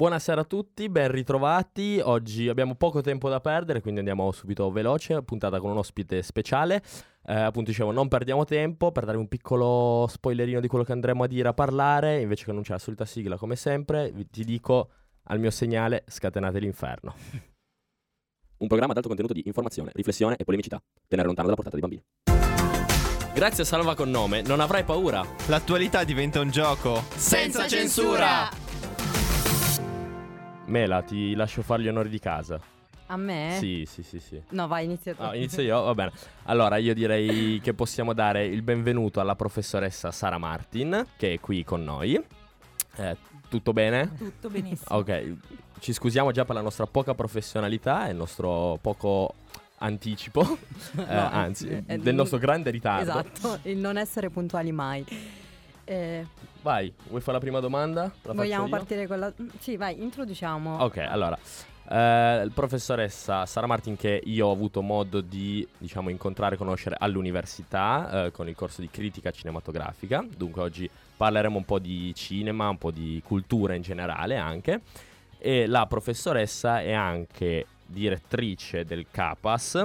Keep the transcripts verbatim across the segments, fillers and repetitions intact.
Buonasera a tutti, ben ritrovati. Oggi abbiamo poco tempo da perdere, quindi andiamo subito veloce. Puntata con un ospite speciale. Eh, appunto dicevo, non perdiamo tempo per dare un piccolo spoilerino di quello che andremo a dire, a parlare. Invece che non c'è la solita sigla, come sempre, vi- ti dico al mio segnale: scatenate l'inferno. Un programma ad alto contenuto di informazione, riflessione e polemicità. Tenere lontano dalla portata dei bambini. Grazie a Salva con nome, non avrai paura. L'attualità diventa un gioco senza censura. Mela, ti lascio fare gli onori di casa. A me? Sì, sì, sì, sì. No, vai, inizia tu. No, inizio io, va bene. Allora, io direi che possiamo dare il benvenuto alla professoressa Sara Martin, che è qui con noi. Eh, tutto bene? Tutto benissimo. Ok, ci scusiamo già per la nostra poca professionalità e il nostro poco anticipo, eh, No, anzi, eh, del nostro grande ritardo. Esatto, il non essere puntuali mai. Eh, Vai, vuoi fare la prima domanda? La vogliamo faccio io? partire con la... Sì, vai, introduciamo. Ok, allora, eh, professoressa Sara Martin, che io ho avuto modo di, diciamo, incontrare e conoscere all'università eh, con il corso di critica cinematografica. Dunque oggi parleremo un po' di cinema, un po' di cultura in generale anche. E la professoressa è anche direttrice del CAPAS,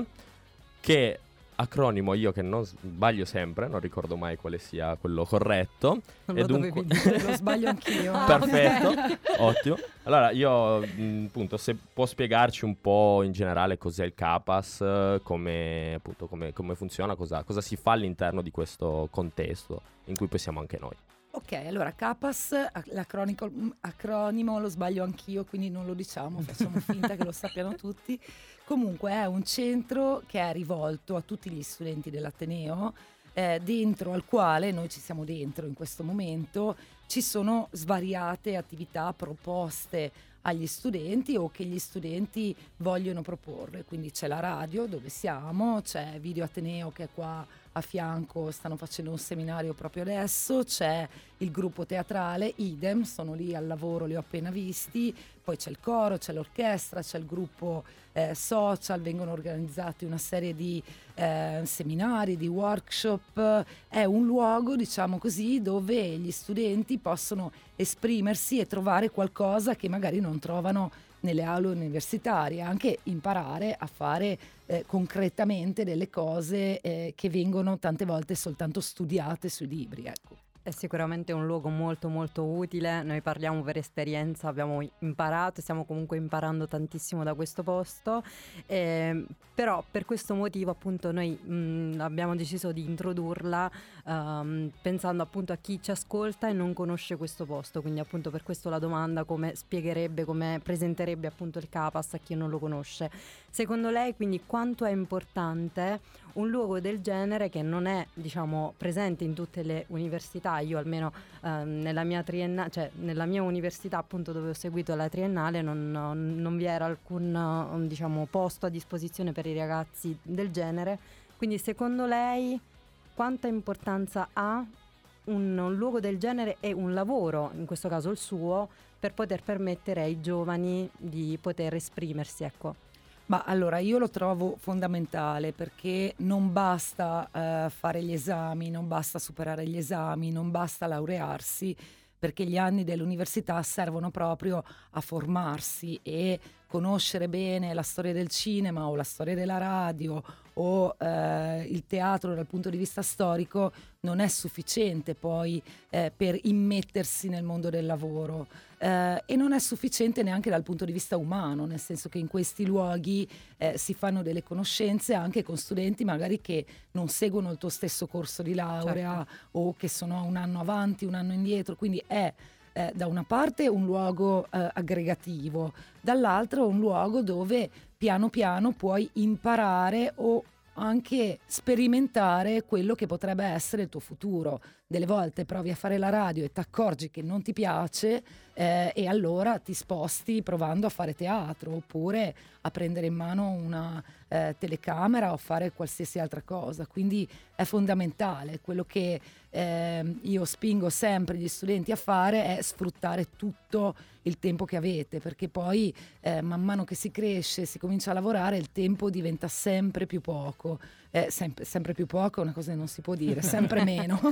che acronimo, io che non sbaglio sempre, non ricordo mai quale sia quello corretto. Non e lo dunque... dovevi dire, lo sbaglio anch'io. Ah, Perfetto, ottimo. Allora io mh, appunto, se può spiegarci un po' in generale cos'è il CAPAS, eh, come appunto come, come funziona, cosa, cosa si fa all'interno di questo contesto in cui poi siamo anche noi. Ok, allora CAPAS, l'acronimo, acronimo lo sbaglio anch'io, quindi non lo diciamo, facciamo finta che lo sappiano tutti. Comunque è un centro che è rivolto a tutti gli studenti dell'Ateneo, eh, dentro al quale noi ci siamo dentro in questo momento. Ci sono svariate attività proposte agli studenti o che gli studenti vogliono proporre, quindi c'è la radio dove siamo, c'è Video Ateneo che è qua a fianco, stanno facendo un seminario proprio adesso, c'è il gruppo teatrale, idem, sono lì al lavoro, li ho appena visti, poi c'è il coro, c'è l'orchestra, c'è il gruppo eh, social, vengono organizzati una serie di eh, seminari, di workshop. È un luogo, diciamo così, dove gli studenti possono esprimersi e trovare qualcosa che magari non trovano nelle aule universitarie, anche imparare a fare eh, concretamente delle cose eh, che vengono tante volte soltanto studiate sui libri, ecco. È sicuramente un luogo molto molto utile, noi parliamo per esperienza, abbiamo imparato, stiamo comunque imparando tantissimo da questo posto, eh, però per questo motivo appunto noi mh, abbiamo deciso di introdurla um, pensando appunto a chi ci ascolta e non conosce questo posto, quindi appunto per questo la domanda: come spiegherebbe, come presenterebbe appunto il CAPAS a chi non lo conosce. Secondo lei quindi quanto è importante un luogo del genere che non è, diciamo, presente in tutte le università? Io almeno ehm, nella mia triennale, cioè nella mia università appunto dove ho seguito la triennale non, non vi era alcun diciamo posto a disposizione per i ragazzi del genere. Quindi secondo lei quanta importanza ha un, un luogo del genere e un lavoro, in questo caso il suo, per poter permettere ai giovani di poter esprimersi, ecco? Ma allora io lo trovo fondamentale, perché non basta eh, fare gli esami, non basta superare gli esami, non basta laurearsi, perché gli anni dell'università servono proprio a formarsi e conoscere bene la storia del cinema o la storia della radio o eh, il teatro dal punto di vista storico non è sufficiente poi eh, per immettersi nel mondo del lavoro. Eh, e non è sufficiente neanche dal punto di vista umano, nel senso che in questi luoghi eh, si fanno delle conoscenze anche con studenti magari che non seguono il tuo stesso corso di laurea, certo, o che sono un anno avanti, un anno indietro, quindi è eh, da una parte un luogo eh, aggregativo, dall'altro un luogo dove piano piano puoi imparare o anche sperimentare quello che potrebbe essere il tuo futuro. Delle volte provi a fare la radio e ti accorgi che non ti piace eh, e allora ti sposti provando a fare teatro oppure a prendere in mano una eh, telecamera o fare qualsiasi altra cosa. Quindi è fondamentale. Quello che eh, io spingo sempre gli studenti a fare è sfruttare tutto il tempo che avete, perché poi eh, man mano che si cresce, si comincia a lavorare, il tempo diventa sempre più poco. Eh, sempre, sempre più poco è una cosa che non si può dire, sempre meno.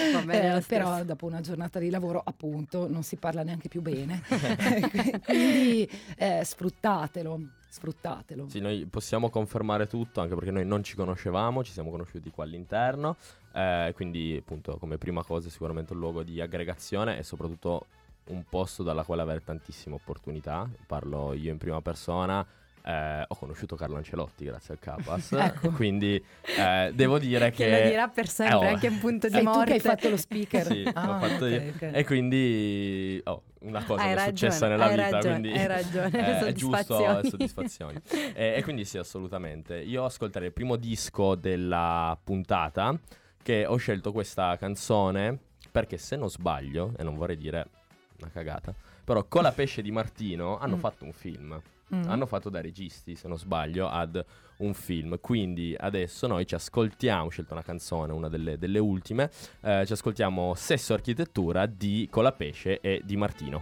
Va bene, eh, però dopo una giornata di lavoro appunto non si parla neanche più bene. Quindi eh, sfruttatelo, sfruttatelo. Sì, noi possiamo confermare tutto, anche perché noi non ci conoscevamo, ci siamo conosciuti qua all'interno, eh, quindi appunto come prima cosa sicuramente un luogo di aggregazione e soprattutto un posto dalla quale avere tantissime opportunità. Parlo io in prima persona. Eh, ho conosciuto Carlo Ancelotti grazie al Capas. Ecco. Quindi eh, devo dire che, che lo dirà per sempre, eh, oh, anche un punto di Sei morte. tu che hai fatto lo speaker. Sì, Ah, l'ho fatto ok, io. ok. E quindi oh, una cosa Hai che è ragione, successa nella hai vita, ragione, quindi hai ragione, eh, è giusto, soddisfazioni. eh, soddisfazioni. e, e quindi sì, assolutamente. Io ascolterei il primo disco della puntata, che ho scelto questa canzone perché, se non sbaglio, e non vorrei dire una cagata, però Colapesce di Martino hanno Mm. fatto un film. Mm. Hanno fatto da registi, se non sbaglio, ad un film. Quindi adesso noi ci ascoltiamo, ho scelto una canzone, una delle, delle ultime, eh, ci ascoltiamo Sesso Architettura di Colapesce e di Martino.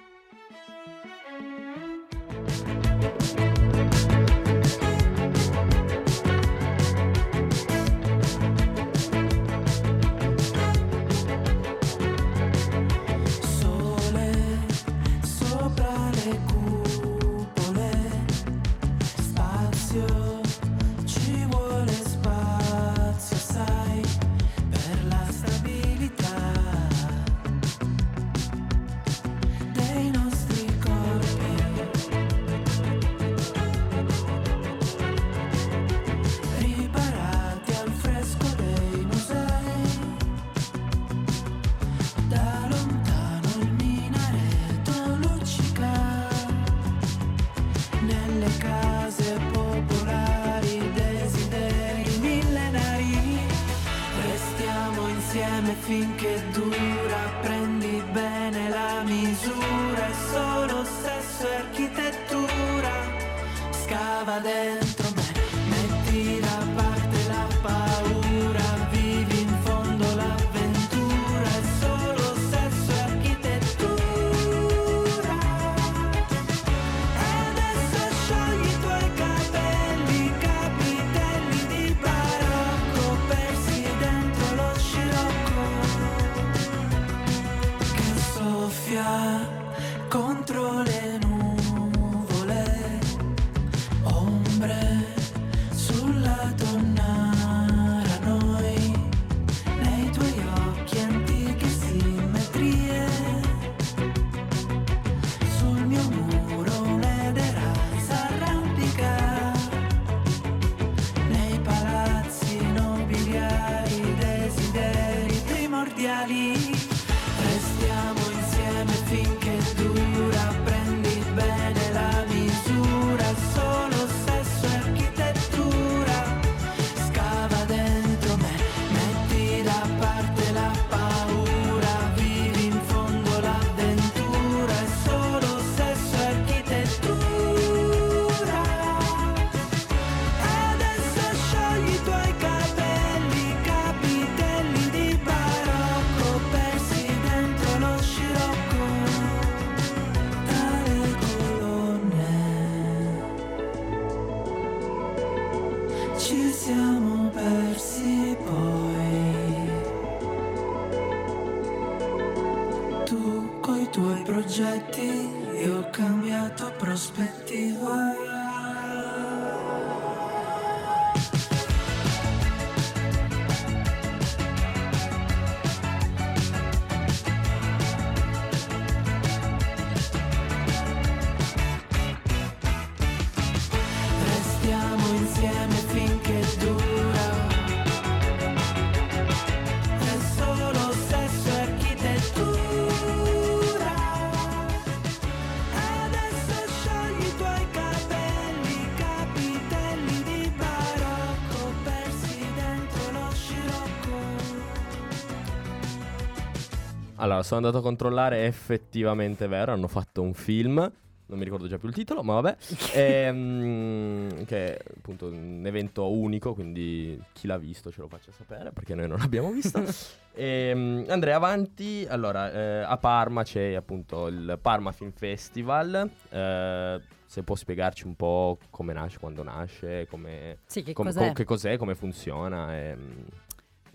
Finché dura, prendi bene la misura, è solo sesso e architettura. Scava dentro me, metti da parte la paura, vivi in fondo l'avventura, è solo sesso e architettura. E adesso sciogli i tuoi capelli, capitelli di barocco, persi dentro lo scirocco che soffia contro le nuvole, ombre sulla tonnara, noi nei tuoi occhi antiche simmetrie, sul mio muro un'edera s'arrampica, nei palazzi nobiliari desideri primordiali. Restiamo insieme finché dura, prendi bene la misura, solo sesso e architettura. Scava dentro me, metti da parte la paura, vivi in fondo l'avventura, è solo sesso e architettura. E adesso sciogli i tuoi capelli, capitelli di barocco, persi dentro lo scirocco tra le colonne. Ci siamo persi poi, tu coi tuoi progetti, io ho cambiato prospettiva. Restiamo insieme finché dura, è solo sesso e architettura. Adesso sciogli i tuoi capelli, capitelli di barocco, persi dentro lo scirocco. Allora, sono andato a controllare, è effettivamente vero, hanno fatto un film, non mi ricordo già più il titolo, ma vabbè, ehm, che è appunto un evento unico, quindi chi l'ha visto ce lo faccia sapere, perché noi non l'abbiamo visto. Ehm, andrei avanti, allora, eh, a Parma c'è appunto il Parma Film Festival, eh, se può spiegarci un po' come nasce, quando nasce, come, Sì, che com- cos'è? co- che cos'è, come funziona. ehm.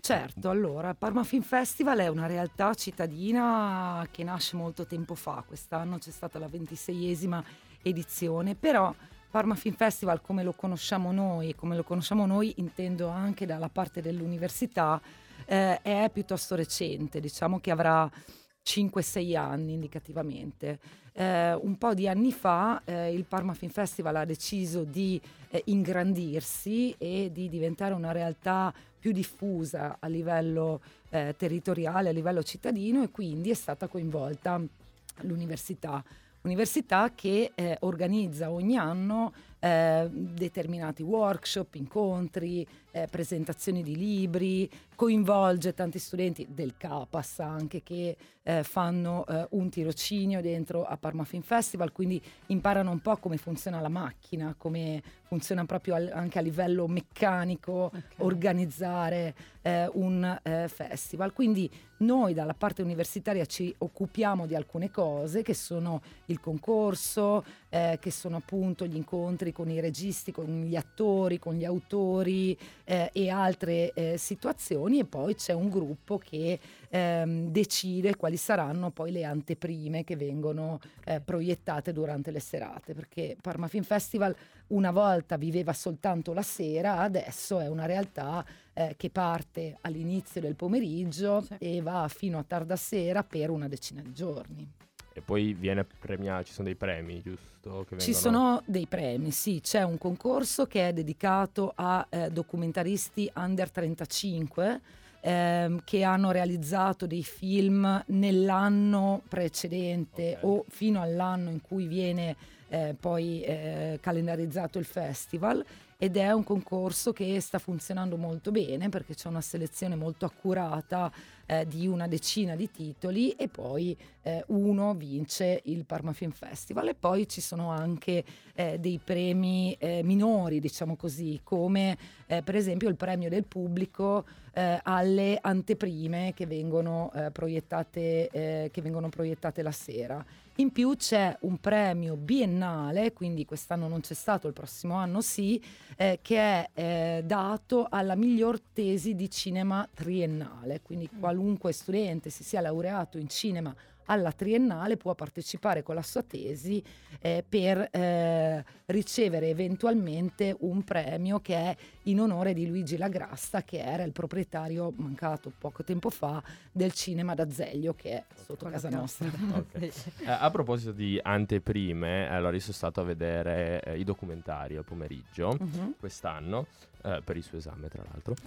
Certo, allora, Parma Film Festival è una realtà cittadina che nasce molto tempo fa. Quest'anno c'è stata la ventiseiesima edizione, però Parma Film Festival come lo conosciamo noi, come lo conosciamo noi intendo anche dalla parte dell'università, eh, è piuttosto recente, diciamo che avrà cinque sei anni indicativamente. Eh, un po' di anni fa eh, il Parma Film Festival ha deciso di eh, ingrandirsi e di diventare una realtà più diffusa a livello eh, territoriale, a livello cittadino, e quindi è stata coinvolta l'università. Università che eh, organizza ogni anno eh, determinati workshop, incontri, eh, presentazioni di libri, coinvolge tanti studenti del CAPAS anche che eh, fanno eh, un tirocinio dentro a Parma Film Festival, quindi imparano un po' come funziona la macchina, come funziona proprio al, anche a livello meccanico, okay, organizzare eh, un eh, festival. Quindi noi dalla parte universitaria ci occupiamo di alcune cose che sono il concorso, eh, che sono appunto gli incontri con i registi, con gli attori, con gli autori eh, e altre eh, situazioni, e poi c'è un gruppo che ehm, decide quali saranno poi le anteprime che vengono eh, proiettate durante le serate, perché Parma Film Festival una volta viveva soltanto la sera, adesso è una realtà eh, che parte all'inizio del pomeriggio, sì, e va fino a tarda sera per una decina di giorni. E poi viene premiato, ci sono dei premi, giusto? Che Ci vengono... sono dei premi, sì, c'è un concorso che è dedicato a eh, documentaristi under trentacinque ehm, che hanno realizzato dei film nell'anno precedente, okay, o fino all'anno in cui viene eh, poi eh, calendarizzato il festival, ed è un concorso che sta funzionando molto bene perché c'è una selezione molto accurata eh, di una decina di titoli, e poi eh, uno vince il Parma Film Festival. E poi ci sono anche eh, dei premi eh, minori, diciamo così, come eh, per esempio il premio del pubblico eh, alle anteprime che vengono eh, proiettate eh, che vengono proiettate la sera. In più c'è un premio biennale, quindi quest'anno non c'è stato, il prossimo anno sì, eh, che è eh, dato alla miglior tesi di cinema triennale, quindi qualunque studente si sia laureato in cinema alla triennale può partecipare con la sua tesi eh, per eh, ricevere eventualmente un premio che è in onore di Luigi Lagrasta, che era il proprietario, mancato poco tempo fa, del cinema d'Azeglio, che è sotto casa nostra. Okay. eh, a proposito di anteprime, allora io sono stato a vedere eh, i documentari al pomeriggio uh-huh. quest'anno eh, per il suo esame, tra l'altro.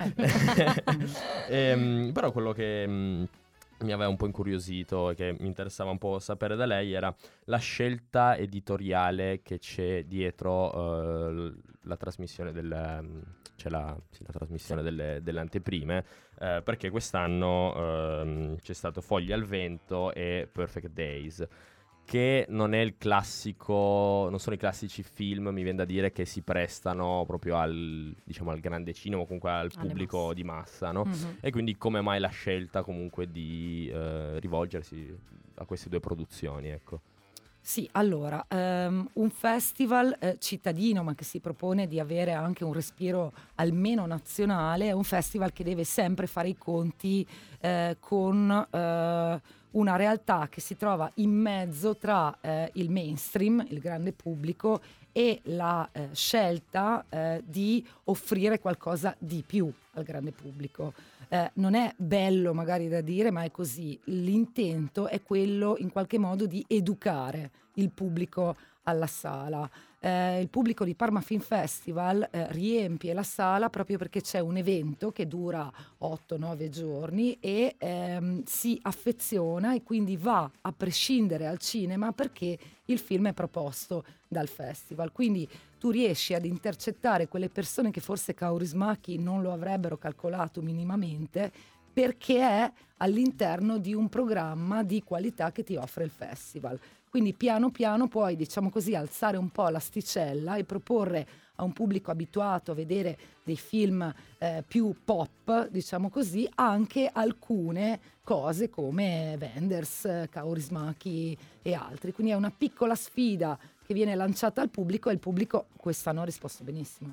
Eh. ehm, però quello che mh, mi aveva un po' incuriosito e che mi interessava un po' sapere da lei era la scelta editoriale che c'è dietro uh, la trasmissione del c'è la, sì, la trasmissione delle, delle anteprime, uh, perché quest'anno uh, c'è stato Foglie al vento e Perfect Days, che non è il classico, non sono i classici film, mi viene da dire, che si prestano proprio al, diciamo, al grande cinema o comunque al pubblico masse. di massa, no? Mm-hmm. E quindi come mai la scelta comunque di eh, rivolgersi a queste due produzioni, ecco? Sì, allora, um, un festival eh, cittadino, ma che si propone di avere anche un respiro almeno nazionale, è un festival che deve sempre fare i conti eh, con eh, una realtà che si trova in mezzo tra eh, il mainstream, il grande pubblico, e la eh, scelta eh, di offrire qualcosa di più al grande pubblico. Eh, non è bello magari da dire, ma è così. L'intento è quello in qualche modo di educare il pubblico alla sala. Eh, il pubblico di Parma Film Festival eh, riempie la sala proprio perché c'è un evento che dura otto nove giorni e ehm, si affeziona, e quindi va a prescindere al cinema perché il film è proposto dal festival. Quindi tu riesci ad intercettare quelle persone che forse Kaurismäki non lo avrebbero calcolato minimamente, perché è all'interno di un programma di qualità che ti offre il festival. Quindi piano piano puoi, diciamo così, alzare un po' l'asticella e proporre a un pubblico abituato a vedere dei film eh, più pop, diciamo così, anche alcune cose come Wenders, Kaurismäki e altri. Quindi è una piccola sfida che viene lanciata al pubblico, e il pubblico quest'anno ha risposto benissimo.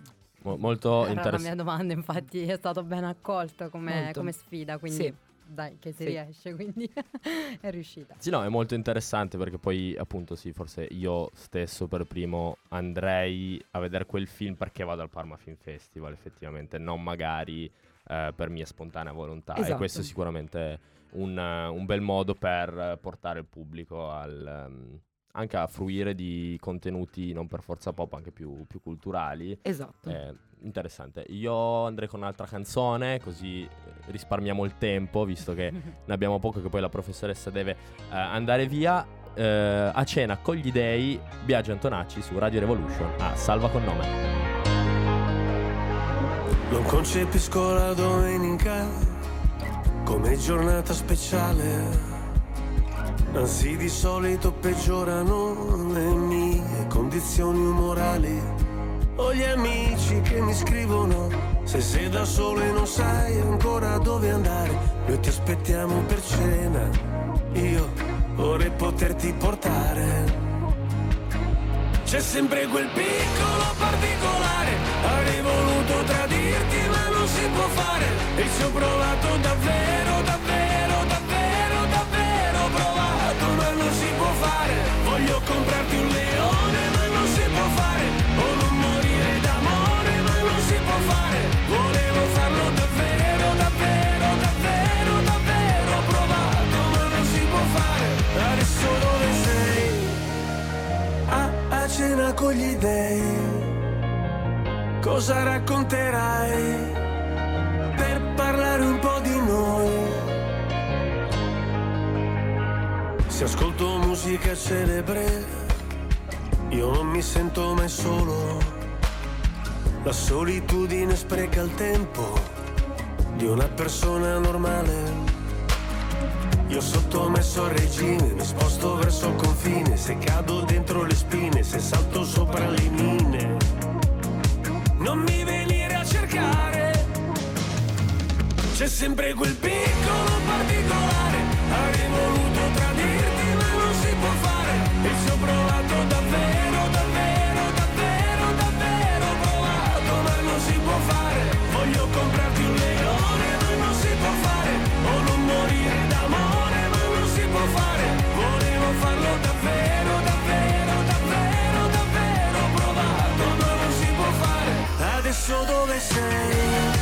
Mo- molto Era la interessante. mia domanda, infatti è stato ben accolto come, Molto. come sfida, quindi Sì. dai che si Sì. riesce, quindi è riuscita. Sì, no, è molto interessante perché poi appunto sì, forse io stesso per primo andrei a vedere quel film perché vado al Parma Film Festival, effettivamente, non magari eh, per mia spontanea volontà. E Esatto. questo è sicuramente un, eh, un bel modo per eh, portare il pubblico al, ehm, anche a fruire di contenuti non per forza pop, anche più, più culturali. Esatto. Eh, interessante. Io andrei con un'altra canzone, così eh, risparmiamo il tempo, visto che ne abbiamo poco, che poi la professoressa deve eh, andare via. Eh, a cena con gli dei, Biagio Antonacci su Radio Revolution a Salva con nome. Non concepisco la domenica come giornata speciale, anzi di solito peggiorano le mie condizioni umorali. Ho gli amici che mi scrivono: se sei da solo e non sai ancora dove andare, noi ti aspettiamo per cena, io vorrei poterti portare. C'è sempre quel piccolo particolare, avrei voluto tradirti ma non si può fare, e ci ho provato davvero, davvero, davvero, davvero provato, ma non si può fare. Voglio comprarti un leone ma non si può fare, o non morire d'amore ma non si può fare. Volevo farlo davvero, davvero, davvero, davvero provato, ma non si può fare. Adesso dove sei? A cena con gli dei, cosa racconterai per parlare un po' di noi? Se ascolto musica celebre, io non mi sento mai solo. La solitudine spreca il tempo di una persona normale. Io sottomesso al regime, mi sposto verso il confine, se cado dentro le spine, se salto sopra le mine. Non mi venire a cercare, c'è sempre quel piccolo particolare, avrei voluto tradirti ma non si può fare, e ci ho provato davvero, davvero, davvero, davvero provato, ma non si può fare. Voglio comprarti un leone ma non si può fare, o non morire d'amore ma non si può fare. Volevo farlo davvero, davvero, davvero, davvero provato, ma non si può fare. Adesso dove sei?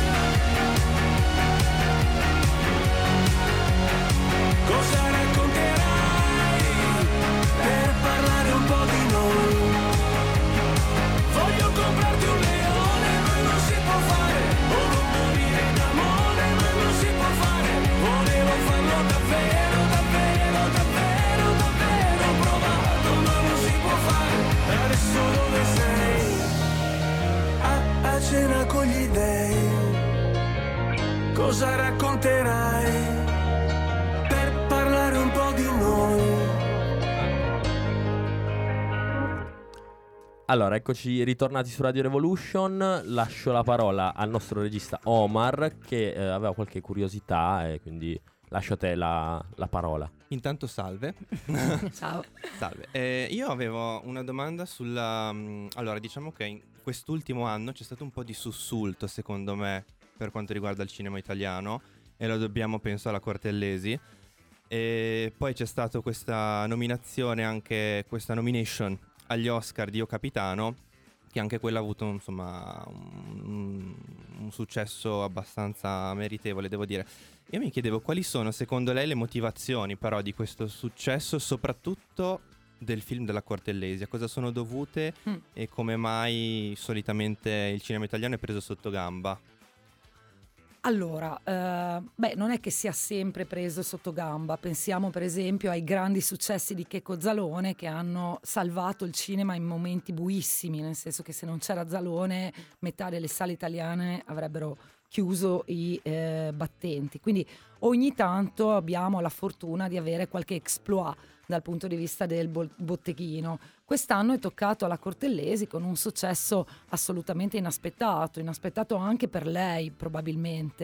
Cosa racconterai per parlare un po' di noi? Voglio comprarti un leone ma non si può fare, o non morire d'amore ma non si può fare. Volevo farlo davvero, davvero, davvero, davvero provato, ma non si può fare. Adesso dove sei? A, a cena con gli dei, cosa racconterai per parlare un po' di noi? Allora, eccoci ritornati su Radio Revolution. Lascio la parola al nostro regista Omar, che eh, aveva qualche curiosità, e quindi lascio a te la, la parola. Intanto salve. Ciao. Salve. Eh, io avevo una domanda sulla... mh, allora, diciamo che in quest'ultimo anno c'è stato un po' di sussulto, secondo me, per quanto riguarda il cinema italiano, e lo dobbiamo, penso, alla Cortellesi. E poi c'è stata questa nominazione, anche questa nomination agli Oscar di Io Capitano, che anche quella ha avuto, insomma, un, un successo abbastanza meritevole, devo dire. Io mi chiedevo quali sono secondo lei le motivazioni però di questo successo, soprattutto del film della Cortellesi, a cosa sono dovute Mm. e come mai solitamente il cinema italiano è preso sotto gamba. Allora, eh, beh, non è che sia sempre preso sotto gamba. Pensiamo per esempio ai grandi successi di Checco Zalone, che hanno salvato il cinema in momenti buissimi, nel senso che se non c'era Zalone metà delle sale italiane avrebbero chiuso i eh, battenti. Quindi ogni tanto abbiamo la fortuna di avere qualche exploit dal punto di vista del bol- botteghino. Quest'anno è toccato alla Cortellesi con un successo assolutamente inaspettato, inaspettato anche per lei probabilmente.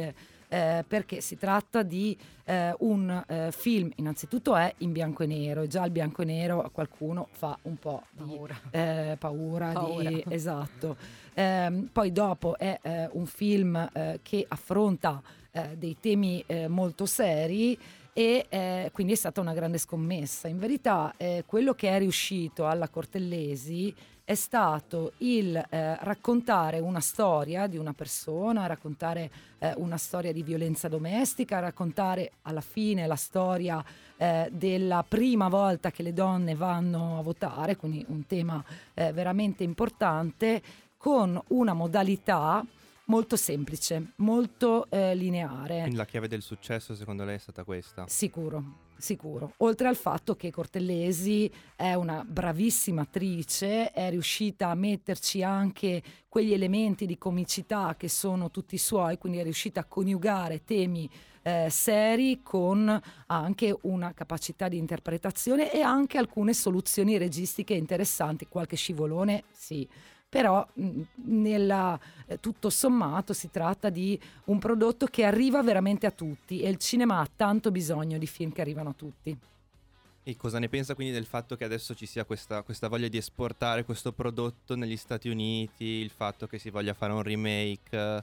eh, perché si tratta di eh, un eh, film, innanzitutto è in bianco e nero, e già il bianco e nero a qualcuno fa un po' di Paura. eh, paura, Paura. Di, esatto. Ehm, poi dopo è eh, un film eh, che affronta eh, dei temi eh, molto seri, e eh, quindi è stata una grande scommessa. In verità eh, quello che è riuscito alla Cortellesi è stato il eh, raccontare una storia di una persona, raccontare eh, una storia di violenza domestica, raccontare alla fine la storia eh, della prima volta che le donne vanno a votare, quindi un tema eh, veramente importante, con una modalità molto semplice, molto eh, lineare. Quindi la chiave del successo secondo lei è stata questa? Sicuro, sicuro. Oltre al fatto che Cortellesi è una bravissima attrice, è riuscita a metterci anche quegli elementi di comicità che sono tutti suoi, quindi è riuscita a coniugare temi eh, seri con anche una capacità di interpretazione e anche alcune soluzioni registiche interessanti, qualche scivolone, sì. Però mh, nella, eh, tutto sommato si tratta di un prodotto che arriva veramente a tutti, e il cinema ha tanto bisogno di film che arrivano a tutti. E cosa ne pensa quindi del fatto che adesso ci sia questa, questa voglia di esportare questo prodotto negli Stati Uniti, il fatto che si voglia fare un remake?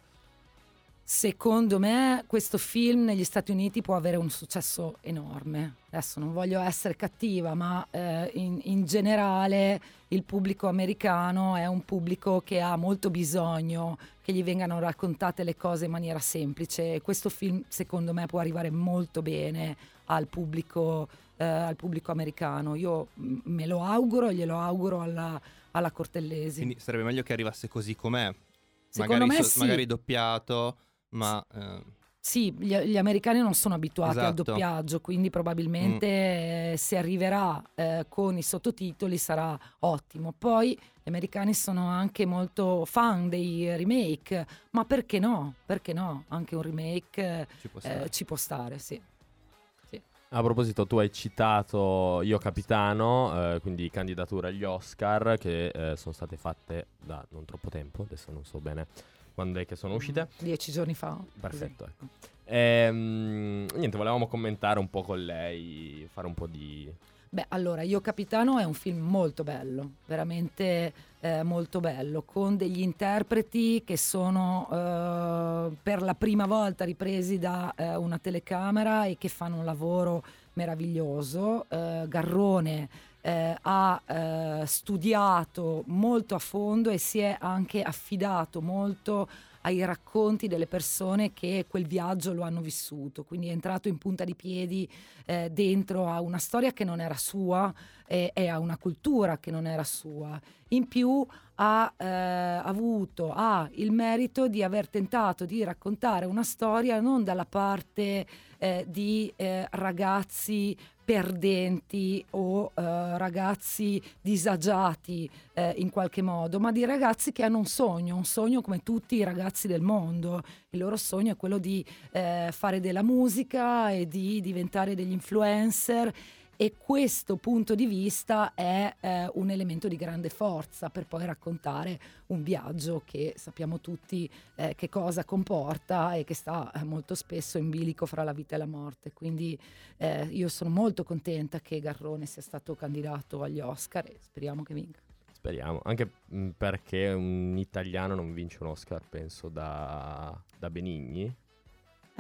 Secondo me questo film negli Stati Uniti può avere un successo enorme. Adesso non voglio essere cattiva, ma eh, in, in generale il pubblico americano è un pubblico che ha molto bisogno che gli vengano raccontate le cose in maniera semplice, e questo film secondo me può arrivare molto bene al pubblico, eh, al pubblico americano. Io m- me lo auguro, glielo auguro alla, alla Cortellesi. Quindi sarebbe meglio che arrivasse così com'è, Secondo magari, me so- sì. magari doppiato, ma... eh, Sì, gli, gli americani non sono abituati al Esatto. doppiaggio, quindi probabilmente eh, se arriverà eh, con i sottotitoli sarà ottimo. Poi gli americani sono anche molto fan dei remake, ma perché no? Perché no? Anche un remake eh, ci può stare. eh, ci può stare, sì. A proposito, tu hai citato Io Capitano, eh, quindi candidature agli Oscar che eh, sono state fatte da non troppo tempo, adesso non so bene quando è che sono uscite. Dieci giorni fa. Perfetto, così. ecco. Ehm, niente, volevamo commentare un po' con lei, fare un po' di... Beh, allora, Io Capitano è un film molto bello, veramente eh, molto bello, con degli interpreti che sono eh, per la prima volta ripresi da eh, una telecamera e che fanno un lavoro meraviglioso. Eh, Garrone eh, ha eh, studiato molto a fondo e si è anche affidato molto ai racconti delle persone che quel viaggio lo hanno vissuto, quindi è entrato in punta di piedi eh, dentro a una storia che non era sua e, e a una cultura che non era sua. In più ha eh, avuto ha il merito di aver tentato di raccontare una storia non dalla parte eh, di eh, ragazzi perdenti o eh, ragazzi disagiati eh, in qualche modo, ma di ragazzi che hanno un sogno, un sogno come tutti i ragazzi del mondo. Il loro sogno è quello di eh, fare della musica e di diventare degli influencer, e questo punto di vista è eh, un elemento di grande forza per poi raccontare un viaggio che sappiamo tutti eh, che cosa comporta e che sta eh, molto spesso in bilico fra la vita e la morte. Quindi eh, io sono molto contenta che Garrone sia stato candidato agli Oscar e speriamo che vinca. Speriamo, anche mh, perché un italiano non vince un Oscar, penso, da, da Benigni. Eh,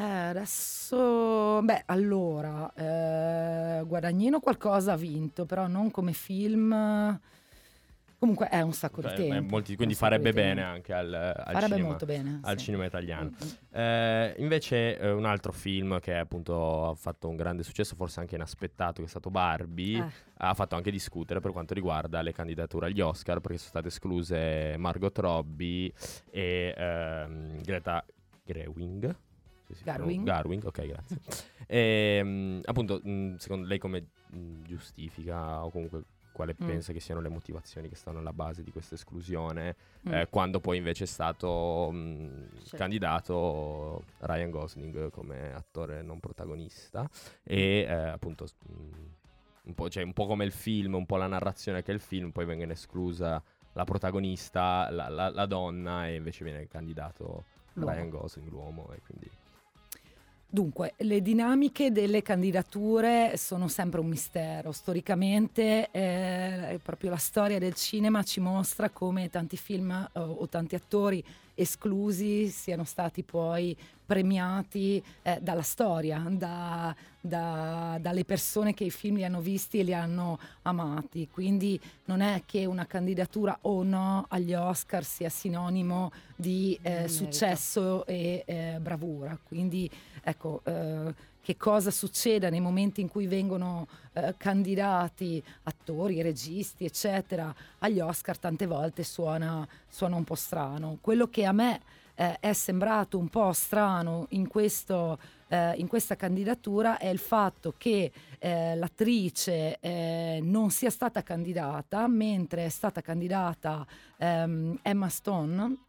adesso, beh, allora, eh, Guadagnino qualcosa ha vinto, però non come film. Comunque è un sacco Cioè, di eh, tempo. molti- quindi un sacco farebbe di tempo. bene anche al, al Farebbe cinema, molto bene. al sì. cinema italiano. Mm, mm. Eh, invece eh, un altro film che appunto ha fatto un grande successo, forse anche inaspettato, che è stato Barbie, Eh. ha fatto anche discutere per quanto riguarda le candidature agli Oscar, perché sono state escluse Margot Robbie e ehm, Greta Gerwig. Sì, sì, Garwin. Garwin, ok, grazie. E, mh, appunto, mh, secondo lei come mh, giustifica o comunque quale Mm. pensa che siano le motivazioni che stanno alla base di questa esclusione, Mm. eh, quando poi invece è stato mh, Certo. candidato Ryan Gosling come attore non protagonista e eh, appunto mh, un po', cioè, un po' come il film, un po' la narrazione che è il film, poi viene esclusa la protagonista, la, la- la donna, e invece viene candidato L'uomo. Ryan Gosling, l'uomo, e quindi... Dunque, le dinamiche delle candidature sono sempre un mistero. Storicamente, eh, proprio la storia del cinema ci mostra come tanti film o, o tanti attori esclusi siano stati poi premiati eh, dalla storia, da, da, dalle persone che i film li hanno visti e li hanno amati. Quindi non è che una candidatura o no agli Oscar sia sinonimo di eh, successo e eh, bravura. Quindi ecco, eh, che cosa succeda nei momenti in cui vengono eh, candidati attori, registi, eccetera, agli Oscar tante volte suona, suona un po' strano. Quello che a me eh, è sembrato un po' strano in, questo, eh, in questa candidatura è il fatto che eh, l'attrice eh, non sia stata candidata, mentre è stata candidata ehm, Emma Stone,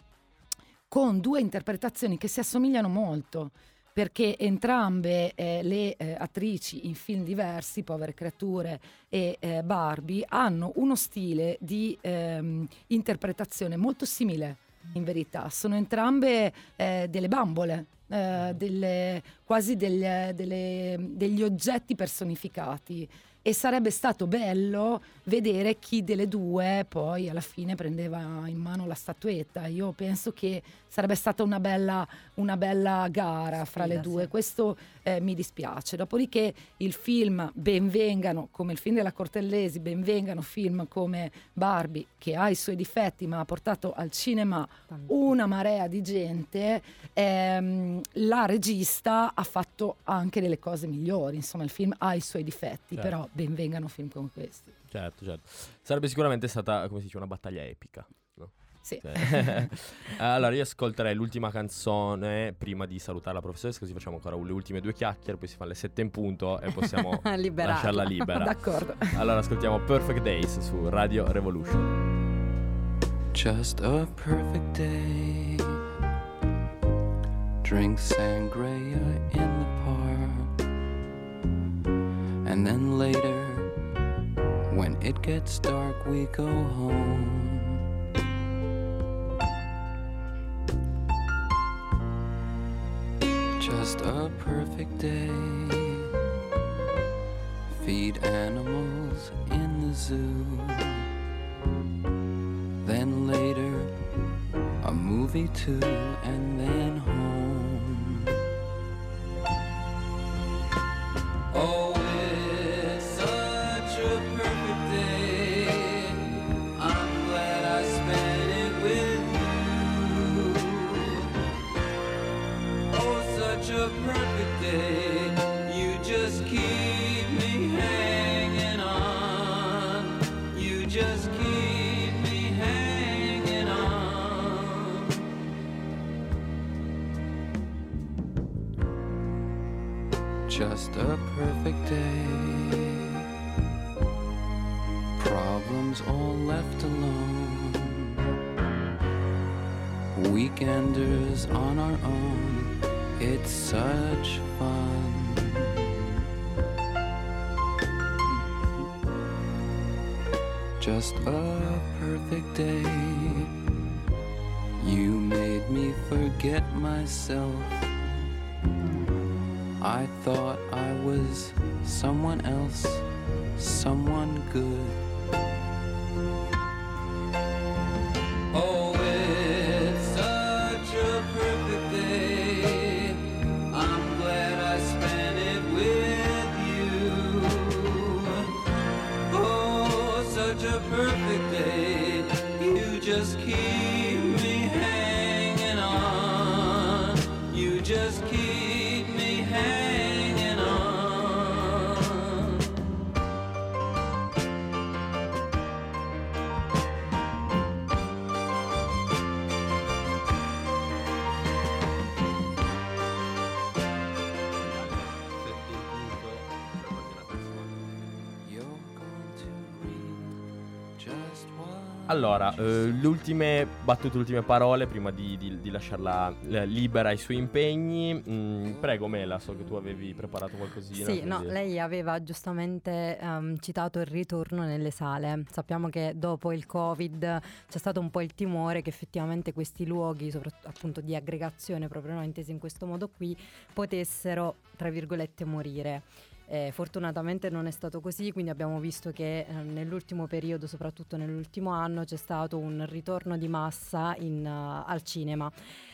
con due interpretazioni che si assomigliano molto, perché entrambe eh, le eh, attrici in film diversi, Povere creature e eh, Barbie, hanno uno stile di ehm, interpretazione molto simile, in verità. Sono entrambe eh, delle bambole, eh, delle, quasi delle, delle, degli oggetti personificati. E sarebbe stato bello vedere chi delle due poi alla fine prendeva in mano la statuetta. Io penso che sarebbe stata una bella, una bella gara fra le due. Sì. Questo eh, mi dispiace. Dopodiché il film benvengano, come il film della Cortellesi, benvengano film come Barbie, che ha i suoi difetti ma ha portato al cinema una marea di gente. Ehm, la regista ha fatto anche delle cose migliori, insomma il film ha i suoi difetti, certo. Però benvengano film come questi. Certo, certo. Sarebbe sicuramente stata, come si dice, una battaglia epica, no? Sì. Cioè, allora io ascolterei l'ultima canzone prima di salutare la professoressa, così facciamo ancora le ultime due chiacchiere, poi si fanno le sette in punto e possiamo lasciarla libera. D'accordo. Allora ascoltiamo Perfect Days su Radio Revolution. Just a perfect day. Drink sangria in the park. And then later, when it gets dark, we go home. Just a perfect day. Feed animals in the zoo. Then later, a movie too, and then home. Oh, it's such a perfect day. I'm glad I spent it with you. Oh, such a perfect day. You just keep me hanging on. You just keep me hanging on. Just a perfect day. Problems all left alone. Weekenders on our own. It's such fun. Just a perfect day. You made me forget myself. I thought I was someone else, someone good. Oh, it's such a perfect day. I'm glad I spent it with you. Oh, such a perfect day. You just keep me hanging on. You just keep me hanging on. You're going to read just Allora, eh, le ultime battute, le ultime parole prima di, di, di lasciarla eh, libera ai suoi impegni. Mm, prego Mela, so che tu avevi preparato qualcosina. Sì, quindi... no, lei aveva giustamente um, citato il ritorno nelle sale. Sappiamo che dopo il Covid c'è stato un po' il timore che effettivamente questi luoghi, soprattutto appunto di aggregazione, proprio no, intesi in questo modo qui, potessero, tra virgolette, morire. Eh, fortunatamente non è stato così, quindi abbiamo visto che eh, nell'ultimo periodo, soprattutto nell'ultimo anno, c'è stato un ritorno di massa in, uh, al cinema.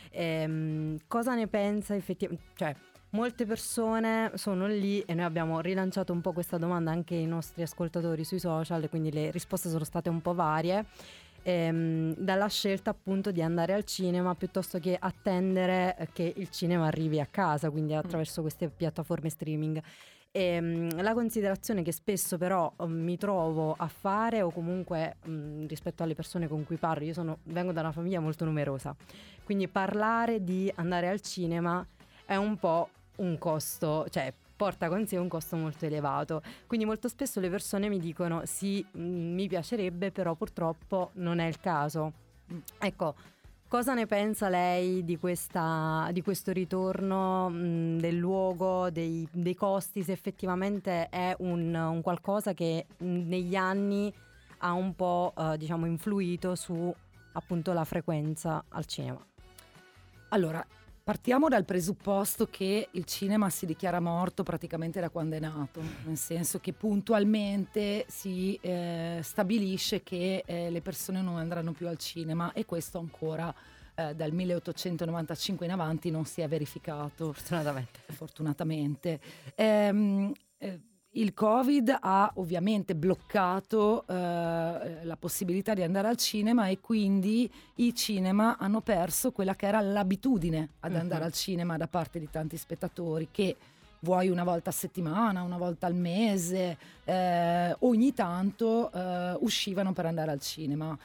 Ehm, cosa ne pensa effettivamente? Cioè, molte persone sono lì e noi abbiamo rilanciato un po' questa domanda anche ai nostri ascoltatori sui social, quindi le risposte sono state un po' varie. Ehm, dalla scelta appunto di andare al cinema piuttosto che attendere che il cinema arrivi a casa, quindi attraverso queste piattaforme streaming. E, um, la considerazione che spesso però um, mi trovo a fare, o comunque um, rispetto alle persone con cui parlo, io sono, vengo da una famiglia molto numerosa, quindi parlare di andare al cinema è un po' un costo, cioè porta con sé un costo molto elevato, quindi molto spesso le persone mi dicono sì, mh, mi piacerebbe, però purtroppo non è il caso. Ecco, cosa ne pensa lei di questa di questo ritorno mh, del luogo, dei, dei costi, se effettivamente è un, un qualcosa che mh, negli anni ha un po' uh, diciamo influito su appunto la frequenza al cinema? Allora, partiamo dal presupposto che il cinema si dichiara morto praticamente da quando è nato, nel senso che puntualmente si eh, stabilisce che eh, le persone non andranno più al cinema, e questo ancora eh, dal milleottocentonovantacinque in avanti non si è verificato. Fortunatamente. Fortunatamente. Ehm, eh, Il Covid ha ovviamente bloccato eh, la possibilità di andare al cinema, e quindi i cinema hanno perso quella che era l'abitudine ad uh-huh. andare al cinema da parte di tanti spettatori, che vuoi una volta a settimana, una volta al mese, eh, ogni tanto eh, uscivano per andare al cinema.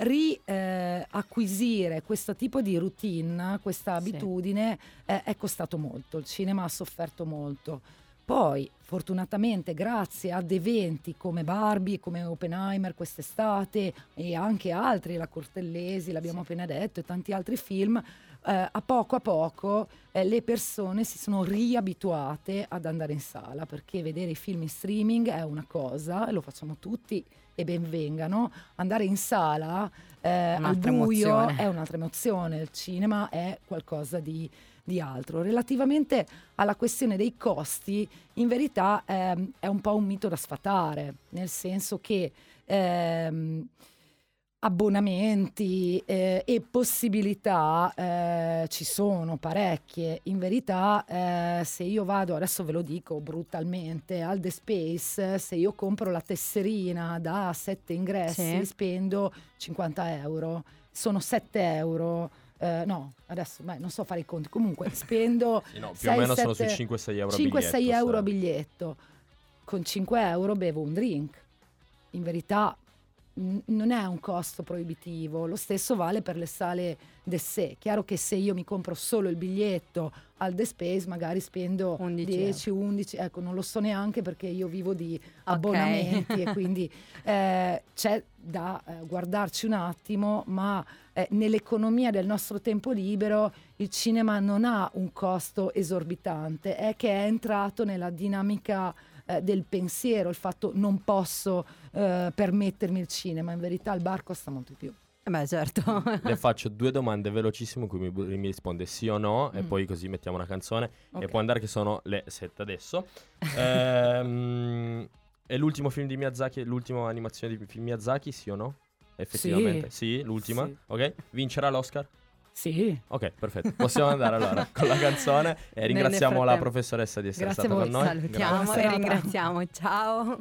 Riacquisire eh, questo tipo di routine, questa abitudine, sì. eh, è costato molto, il cinema ha sofferto molto. Poi, fortunatamente, grazie ad eventi come Barbie, come Oppenheimer quest'estate, e anche altri, la Cortellesi, l'abbiamo sì. appena detto, e tanti altri film, eh, a poco a poco eh, le persone si sono riabituate ad andare in sala, perché vedere i film in streaming è una cosa, e lo facciamo tutti, e ben vengano. Andare in sala eh, al buio emozione. È un'altra emozione, il cinema è qualcosa di... di altro. Relativamente alla questione dei costi, in verità ehm, è un po' un mito da sfatare, nel senso che ehm, abbonamenti eh, e possibilità eh, ci sono parecchie. In verità eh, se io vado, adesso ve lo dico brutalmente, al The Space, se io compro la tesserina da sette ingressi sì. spendo cinquanta euro, sono sette euro. Uh, no, adesso beh, non so fare i conti, comunque spendo sì, no, più sei, o meno sette, sono sui cinque sei euro cinque sei euro a biglietto, biglietto. Con cinque euro bevo un drink. In verità n- non è un costo proibitivo. Lo stesso vale per le sale d'essè. Chiaro che se io mi compro solo il biglietto al The Space magari spendo dieci undici, ecco, non lo so neanche, perché io vivo di abbonamenti okay. e quindi eh, c'è da eh, guardarci un attimo, ma eh, nell'economia del nostro tempo libero il cinema non ha un costo esorbitante, è che è entrato nella dinamica eh, del pensiero, il fatto non posso eh, permettermi il cinema, in verità il bar costa molto di più. Beh, certo. Le faccio due domande velocissime in cui mi, mi risponde sì o no, mm. e poi così mettiamo una canzone. Okay. E può andare che sono le sette adesso. ehm, è l'ultimo film di Miyazaki, l'ultima animazione di film Miyazaki, sì o no? Effettivamente sì, sì l'ultima. Sì. Ok, vincerà l'Oscar? Sì. Ok, perfetto. Possiamo andare allora con la canzone e ringraziamo la professoressa di essere Grazie stata voi. con noi. Salutiamo Grazie. e ringraziamo. Ciao.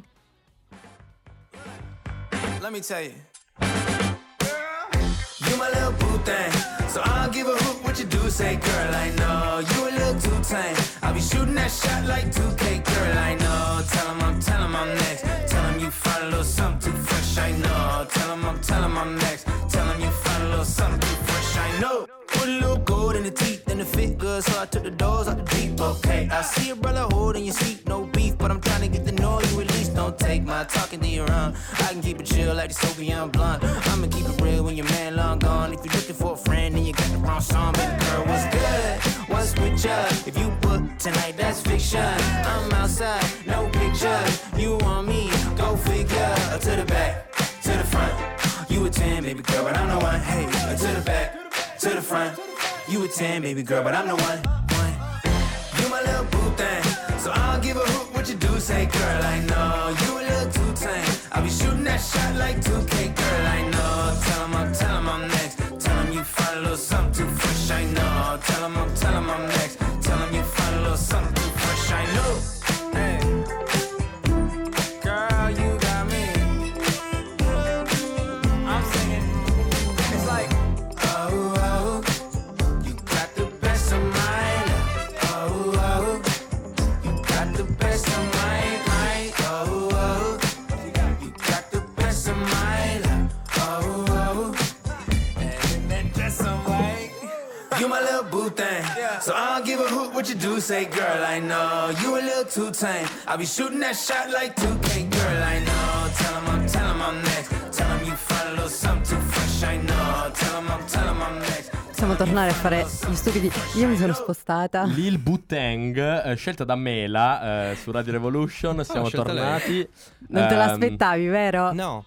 Let me tell you. You my little boo thing, so I'll give a hoot what you do. Say, girl, I know you a little too tame. I'll be shooting that shot like two K, girl, I know. Tell him I'm, tell him I'm next. Tell him you find a little something too fresh, I know. Tell him I'm, tell him I'm next. Tell him you find a little something too fresh, I know. Put a little gold in the teeth and the fit good, so I took the doors out the deep. Okay, I see a brother holding your seat, no beef, but I'm trying to get to know you at least. Don't don't take my talking to your own. I can keep it chill like the Soviet blunt. I'ma keep it real when your man long gone. If you're looking for a friend and you got the wrong song, baby girl, what's good? What's with ya? If you book tonight, that's fiction. I'm outside, no pictures. You want me? Go figure. To the back, to the front. You a ten, baby girl, but I'm the one. Hey, to the back, to the front. You a ten, baby girl, but I'm the one. one. You my little boo thing, so I don't give a hoot what you do. Say, girl, I know you a little too tame. I'll be shooting that shot like two K, girl, I know. Tell 'em I'm, tell 'em I'm next. Tell 'em you find a little something too fresh, I know. Tell 'em I'm, tell 'em I'm next. Tell 'em you find a little something too fresh, I know. Hey, girl, you got me. I'm singing. It's like, oh, oh, you got the best of mine. Oh, oh, you got the best of mine. mine. Oh, oh, you got the best of mine. Oh, oh, and in that dress I'm white. You my little boo thing, so I don't give a hoot what you do. Say, girl, I know you a little too tame. I'll be shooting that shot like two K, girl, I know. Tell 'em I'm, tell 'em I'm next. Tell 'em you find a little something too fresh, I know. Tell 'em I'm, tell 'em I'm next. Possiamo tornare a fare gli stupidi. Io mi sono spostata. Lil Butang, eh, scelta da Mela eh, su Radio Revolution. Siamo scelta tornati. Non te Ehm, l'aspettavi, vero? No.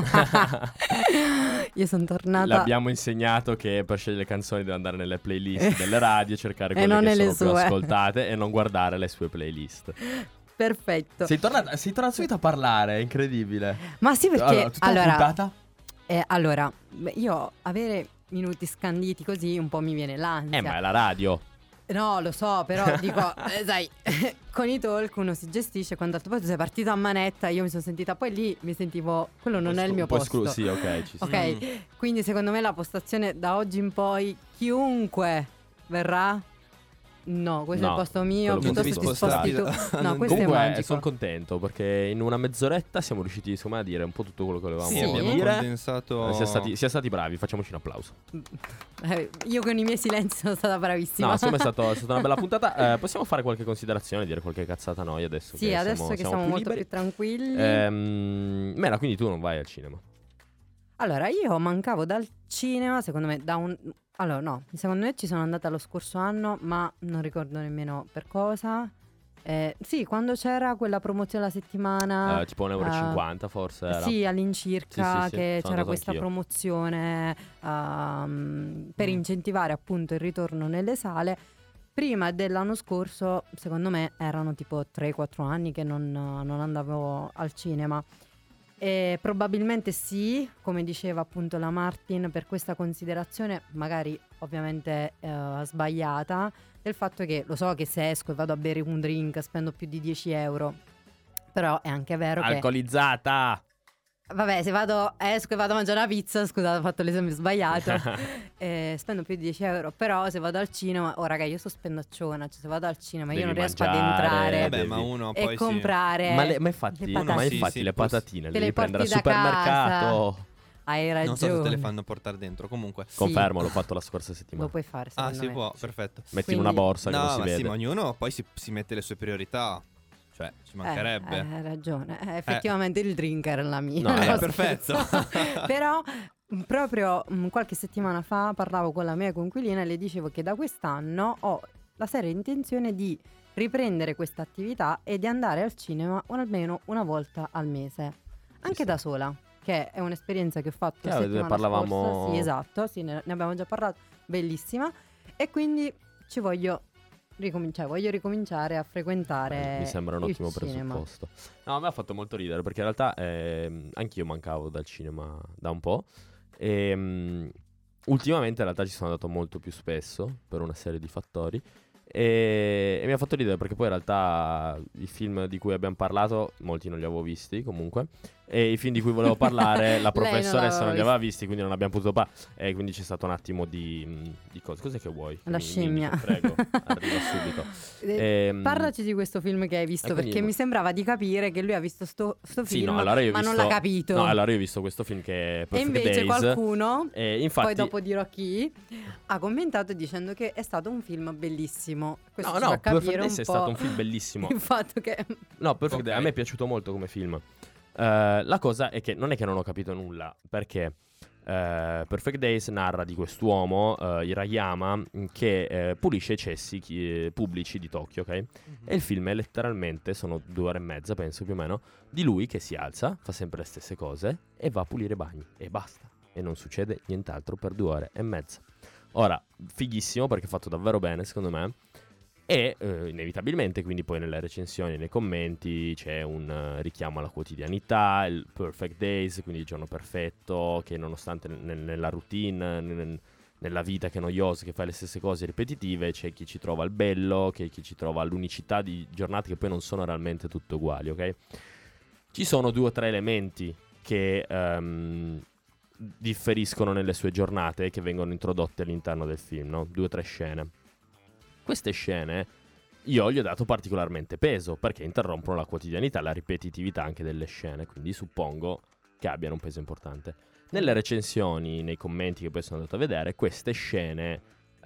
Io sono tornata. L'abbiamo insegnato che per scegliere le canzoni deve andare nelle playlist delle radio, cercare E quelle non che nelle sono più sue. ascoltate e non guardare le sue playlist. Perfetto. Sei tornata, sei tornata subito a parlare, è incredibile. Ma sì, perché Allora, tutta allora, la puntata? eh, allora, beh, io avere minuti scanditi così un po' mi viene l'ansia. Eh, ma è la radio. No, lo so, però dico, eh, sai, con i talk uno si gestisce. Quando poi tu sei partito a manetta, io mi sono sentita, poi lì mi sentivo, quello non è il mio Un po' posto. esclu- sì, ok, ci sta. Ok, quindi secondo me la postazione da oggi in poi, chiunque verrà, no, questo No, è il posto mio, quello piuttosto ti punto sposti di tu. vista. No, Non- questo è Comunque magico. sono contento perché in una mezz'oretta siamo riusciti insomma a dire un po' tutto quello che volevamo Sì, Sì. abbiamo dire. condensato. Eh, Sia stati, sia stati bravi, facciamoci un applauso. Eh, io con i miei silenzi sono stata bravissima. No, insomma è, stato, è stata una bella puntata. Eh, possiamo fare qualche considerazione, dire qualche cazzata noi adesso? Sì, che adesso siamo, che siamo siamo più molto liberi. più tranquilli. Ehm, Mela, quindi tu non vai al cinema? Allora, io mancavo dal cinema, secondo me, da un... Allora, no, secondo me ci sono andata lo scorso anno, ma non ricordo nemmeno per cosa. Eh, sì, quando c'era quella promozione della settimana. Eh, tipo un euro e eh, cinquanta forse era. Sì, all'incirca Sì, sì, sì, che sono c'era andato questa anch'io. promozione ehm, per incentivare appunto il ritorno nelle sale. Prima dell'anno scorso, secondo me, erano tipo tre quattro anni che non, non andavo al cinema. E probabilmente sì, come diceva appunto la Martin, per questa considerazione, magari ovviamente eh, sbagliata, del fatto che lo so che se esco e vado a bere un drink spendo più di dieci euro, però è anche vero che... Alcolizzata! Vabbè, se vado, esco e vado a mangiare una pizza, scusate, ho fatto l'esempio sbagliato, eh, spendo più di dieci euro, però se vado al cinema, oh raga, io sono spendacciona, cioè se vado al cinema io Devi non riesco ad mangiare, entrare Vabbè, devi- ma uno e poi sì. comprare Ma, le- ma infatti, le ma patatine. infatti Sì, sì, le poi- patatine te le le devi prendere al porti da supermercato. Hai ragione. Non so se te le fanno portare dentro. Comunque. Sì. Confermo, l'ho fatto la scorsa Lo settimana. puoi fare, Ah, secondo si me. può, perfetto. Metti in Quindi- una borsa che No, non si ma vede. sì, ma ognuno poi si, si mette le sue priorità. Cioè, ci mancherebbe. Eh, eh, hai ragione. Eh, effettivamente il drink era la mia. No, Eh, no, perfetto. Però mh, proprio mh, qualche settimana fa parlavo con la mia coinquilina e le dicevo che da quest'anno ho la seria intenzione di riprendere questa attività e di andare al cinema un- almeno una volta al mese, anche sta. da sola, che è un'esperienza che ho fatto Che la settimana parlavamo- scorsa. Sì, esatto, sì, ne, ne abbiamo già parlato, bellissima. E quindi ci voglio ricominciare, voglio ricominciare a frequentare Mi sembra un il ottimo cinema. presupposto. No, a me ha fatto molto ridere perché in realtà ehm, anch'io mancavo dal cinema da un po'. E mm, ultimamente in realtà ci sono andato molto più spesso per una serie di fattori. E, e mi ha fatto ridere perché poi in realtà i film di cui abbiamo parlato, molti non li avevo visti comunque. E i film di cui volevo parlare la professoressa non, l'aveva li aveva visti, quindi non abbiamo potuto parlare. E quindi c'è stato un attimo di, di cose. Cos'è che vuoi? La Mi- scimmia. mi- prego, arriva subito. Eh, Ehm, Parlaci di questo film che hai visto, e quindi- perché mi sembrava di capire che lui ha visto sto, sto Sì, film, no, allora io ho ma visto, non l'ha capito. No, allora io ho visto questo film che è E Perfect invece Days. qualcuno, E infatti, poi dopo dirò chi, ha commentato dicendo che è stato un film bellissimo. Questo no, ci no, fa capire Perfect un Days è po' stato un film bellissimo. il fatto che No, Perfect Ok. Days a me è piaciuto molto come film. Eh, la cosa è che non è che non ho capito nulla, perché eh, Perfect Days narra di quest'uomo, eh, Hirayama, che eh, pulisce i cessi chi- pubblici di Tokyo, ok? E il film è letteralmente, sono due ore e mezza, penso più o meno, di lui che si alza, fa sempre le stesse cose e va a pulire i bagni e basta. E non succede nient'altro per due ore e mezza. Ora, fighissimo perché è fatto davvero bene, secondo me. E eh, inevitabilmente, quindi poi nelle recensioni, nei commenti c'è un eh, richiamo alla quotidianità, il Perfect Days, quindi il giorno perfetto, che nonostante nel- nella routine, nel- nella vita che è noiosa, che fa le stesse cose ripetitive, c'è chi ci trova il bello, che chi ci trova l'unicità di giornate che poi non sono realmente tutte uguali, ok? Ci sono due o tre elementi che ehm, differiscono nelle sue giornate, che vengono introdotte all'interno del film, no? Due o tre scene. Queste scene io gli ho dato particolarmente peso perché interrompono la quotidianità, la ripetitività anche delle scene, quindi suppongo che abbiano un peso importante. Nelle recensioni, nei commenti che poi sono andato a vedere, queste scene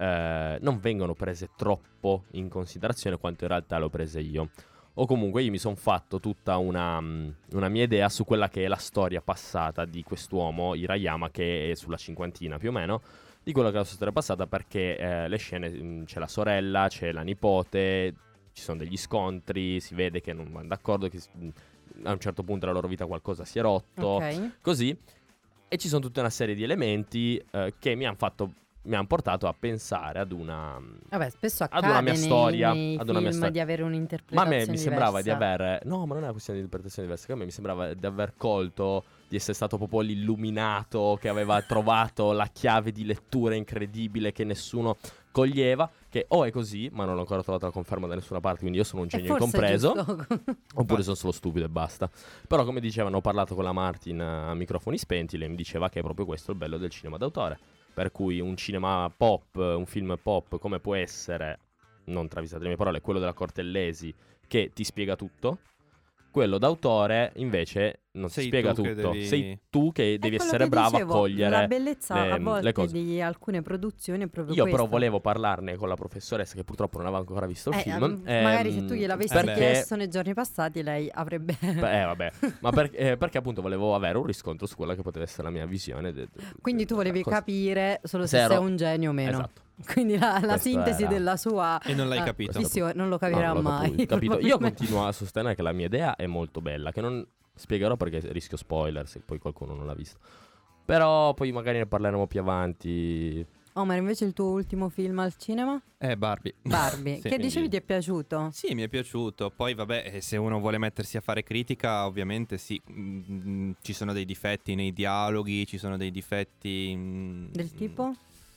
eh, non vengono prese troppo in considerazione quanto in realtà le ho prese io. O comunque io mi sono fatto tutta una, mm, una mia idea su quella che è la storia passata di quest'uomo, Hirayama, che è sulla cinquantina più o meno, di quello che è la sua storia passata, perché eh, le scene, mh, c'è la sorella, c'è la nipote, ci sono degli scontri, si vede che non vanno d'accordo, che mh, a un certo punto della loro vita qualcosa si è rotto, ok. così. E ci sono tutta una serie di elementi eh, che mi hanno fatto, mi hanno portato a pensare ad una... Vabbè, spesso Ad accade una mia nei, storia, nei ad una mia film storia. di avere Ma a un'interpretazione me mi sembrava di diversa. aver... No, ma non è una questione di interpretazione diversa, che a me mi sembrava di aver colto, di essere stato proprio l'illuminato che aveva trovato la chiave di lettura incredibile che nessuno coglieva, che o è così, ma non ho ancora trovato la conferma da nessuna parte, quindi io sono un E genio forse è incompreso, giusto. oppure sono solo stupido e basta. Però come dicevano, ho parlato con la Martin a microfoni spenti, lei mi diceva che è proprio questo il bello del cinema d'autore, per cui un cinema pop, un film pop come può essere, non travisate le mie parole, quello della Cortellesi, che ti spiega tutto. Quello d'autore invece non Sei ti spiega tu che tutto. devi- Sei tu che È devi quello essere che bravo dicevo, a cogliere la bellezza le, a volte le cose. di alcune produzioni è proprio Io però questa. volevo parlarne con la professoressa che purtroppo non aveva ancora visto il Eh, film. ehm, magari se ehm, tu gliel'avessi perché- chiesto nei giorni passati, lei avrebbe... Beh, eh, vabbè, ma per- eh, perché appunto volevo avere un riscontro su quella che poteva essere la mia visione. de- de- Quindi tu della volevi cosa. capire solo se Zero. sei un genio o meno. Esatto. Quindi la, la Questo sintesi era- della sua... E non l'hai ah, capito. visione non lo No, capirà non l'ho mai. capu- capito. Io probabilmente. continuo a sostenere che la mia idea è molto bella, che non spiegherò perché rischio spoiler se poi qualcuno non l'ha visto. Però poi magari ne parleremo più avanti. Omar, invece il tuo ultimo film al cinema? Eh, Barbie. Barbie. Sì, che quindi- dicevi ti è piaciuto? Sì, mi è piaciuto. Poi, vabbè, eh, se uno vuole mettersi a fare critica, ovviamente sì, mm, ci sono dei difetti nei dialoghi, ci sono dei difetti... mm, Del tipo?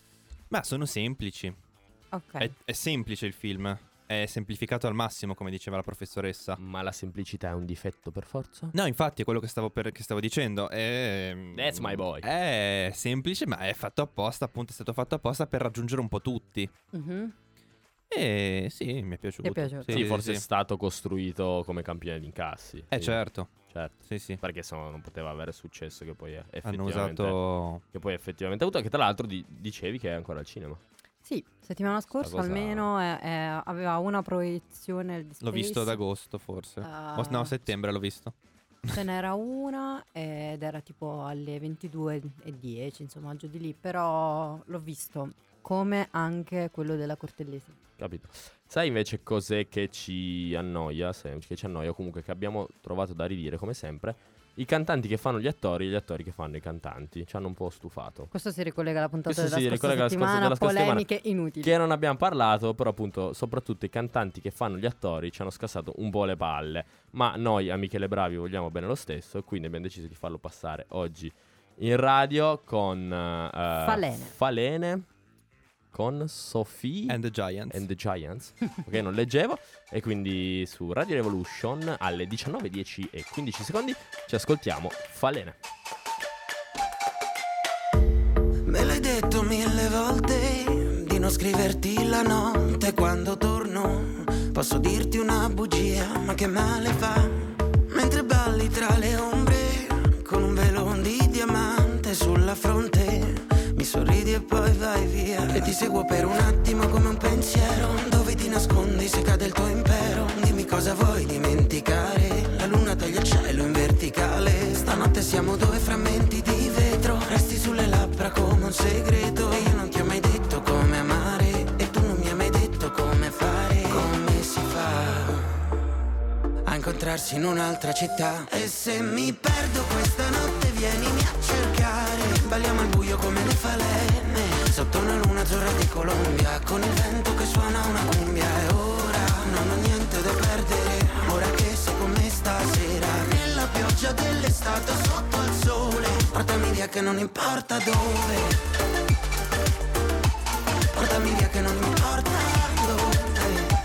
Ma sono semplici. Ok. È, è semplice il film. È semplificato al massimo, come diceva la professoressa. Ma la semplicità è un difetto per forza? No, infatti è quello che stavo, per- che stavo dicendo. È, That's my boy. È semplice, ma è fatto apposta, appunto, è stato fatto apposta per raggiungere un po' tutti. Mhm. E sì, mi è piaciuto. Ti è piaciuto? Sì, forse è stato costruito come campione di incassi. Eh, Quindi- certo. certo. Sì, sì. Perché se no non poteva avere successo che poi è Hanno effettivamente usato... che poi effettivamente ha avuto, che tra l'altro di- dicevi che è ancora al cinema. Sì, settimana scorsa cosa- almeno eh, eh, aveva una proiezione di L'ho visto ad Space. agosto, forse. Ah. O- no, a settembre l'ho visto. Ce n'era una ed era tipo alle ventidue e dieci, insomma, giù di lì. Però l'ho visto, come anche quello della Cortellesi. Capito? Sai invece cos'è che ci annoia, se- che ci annoia o comunque che abbiamo trovato da ridire come sempre? I cantanti che fanno gli attori e gli attori che fanno i cantanti. Ci hanno un po' stufato. Questo si ricollega alla puntata Questo della si scorsa ricollega alla scorsa- settimana, della scorsa settimana. polemiche inutili. Che non abbiamo parlato, però appunto soprattutto i cantanti che fanno gli attori ci hanno scassato un po' le palle. Ma noi a Michele Bravi vogliamo bene lo stesso e quindi abbiamo deciso di farlo passare oggi in radio con eh, Falene. Falene con Sophie And the Giants. and the Giants. Ok, non leggevo. E quindi su Radio Revolution alle diciannove e dieci e quindici secondi ci ascoltiamo Falene. Me l'hai detto mille volte di non scriverti la notte quando torno. Posso dirti una bugia, ma che male fa? Mentre balli tra le ombre con un velo di diamante sulla fronte, mi sorridi e poi vai via. E ti seguo per un attimo come un pensiero. Dove ti nascondi se cade il tuo impero? Dimmi cosa vuoi dimenticare. La luna taglia il cielo in verticale. Stanotte siamo due frammenti di vetro. Resti sulle labbra come un segreto. E io non ti ho mai detto come amare. E tu non mi hai mai detto come fare. Come si fa a incontrarsi in un'altra città? E se mi perdo questa notte vienimi a cercare. Balliamo al buio come le falene sotto una luna azzurra di Colombia, con il vento che suona una cumbia. E ora non ho niente da perdere, ora che sei con me stasera. Nella pioggia dell'estate sotto al sole, portami via che non importa dove. Portami via che non importa dove.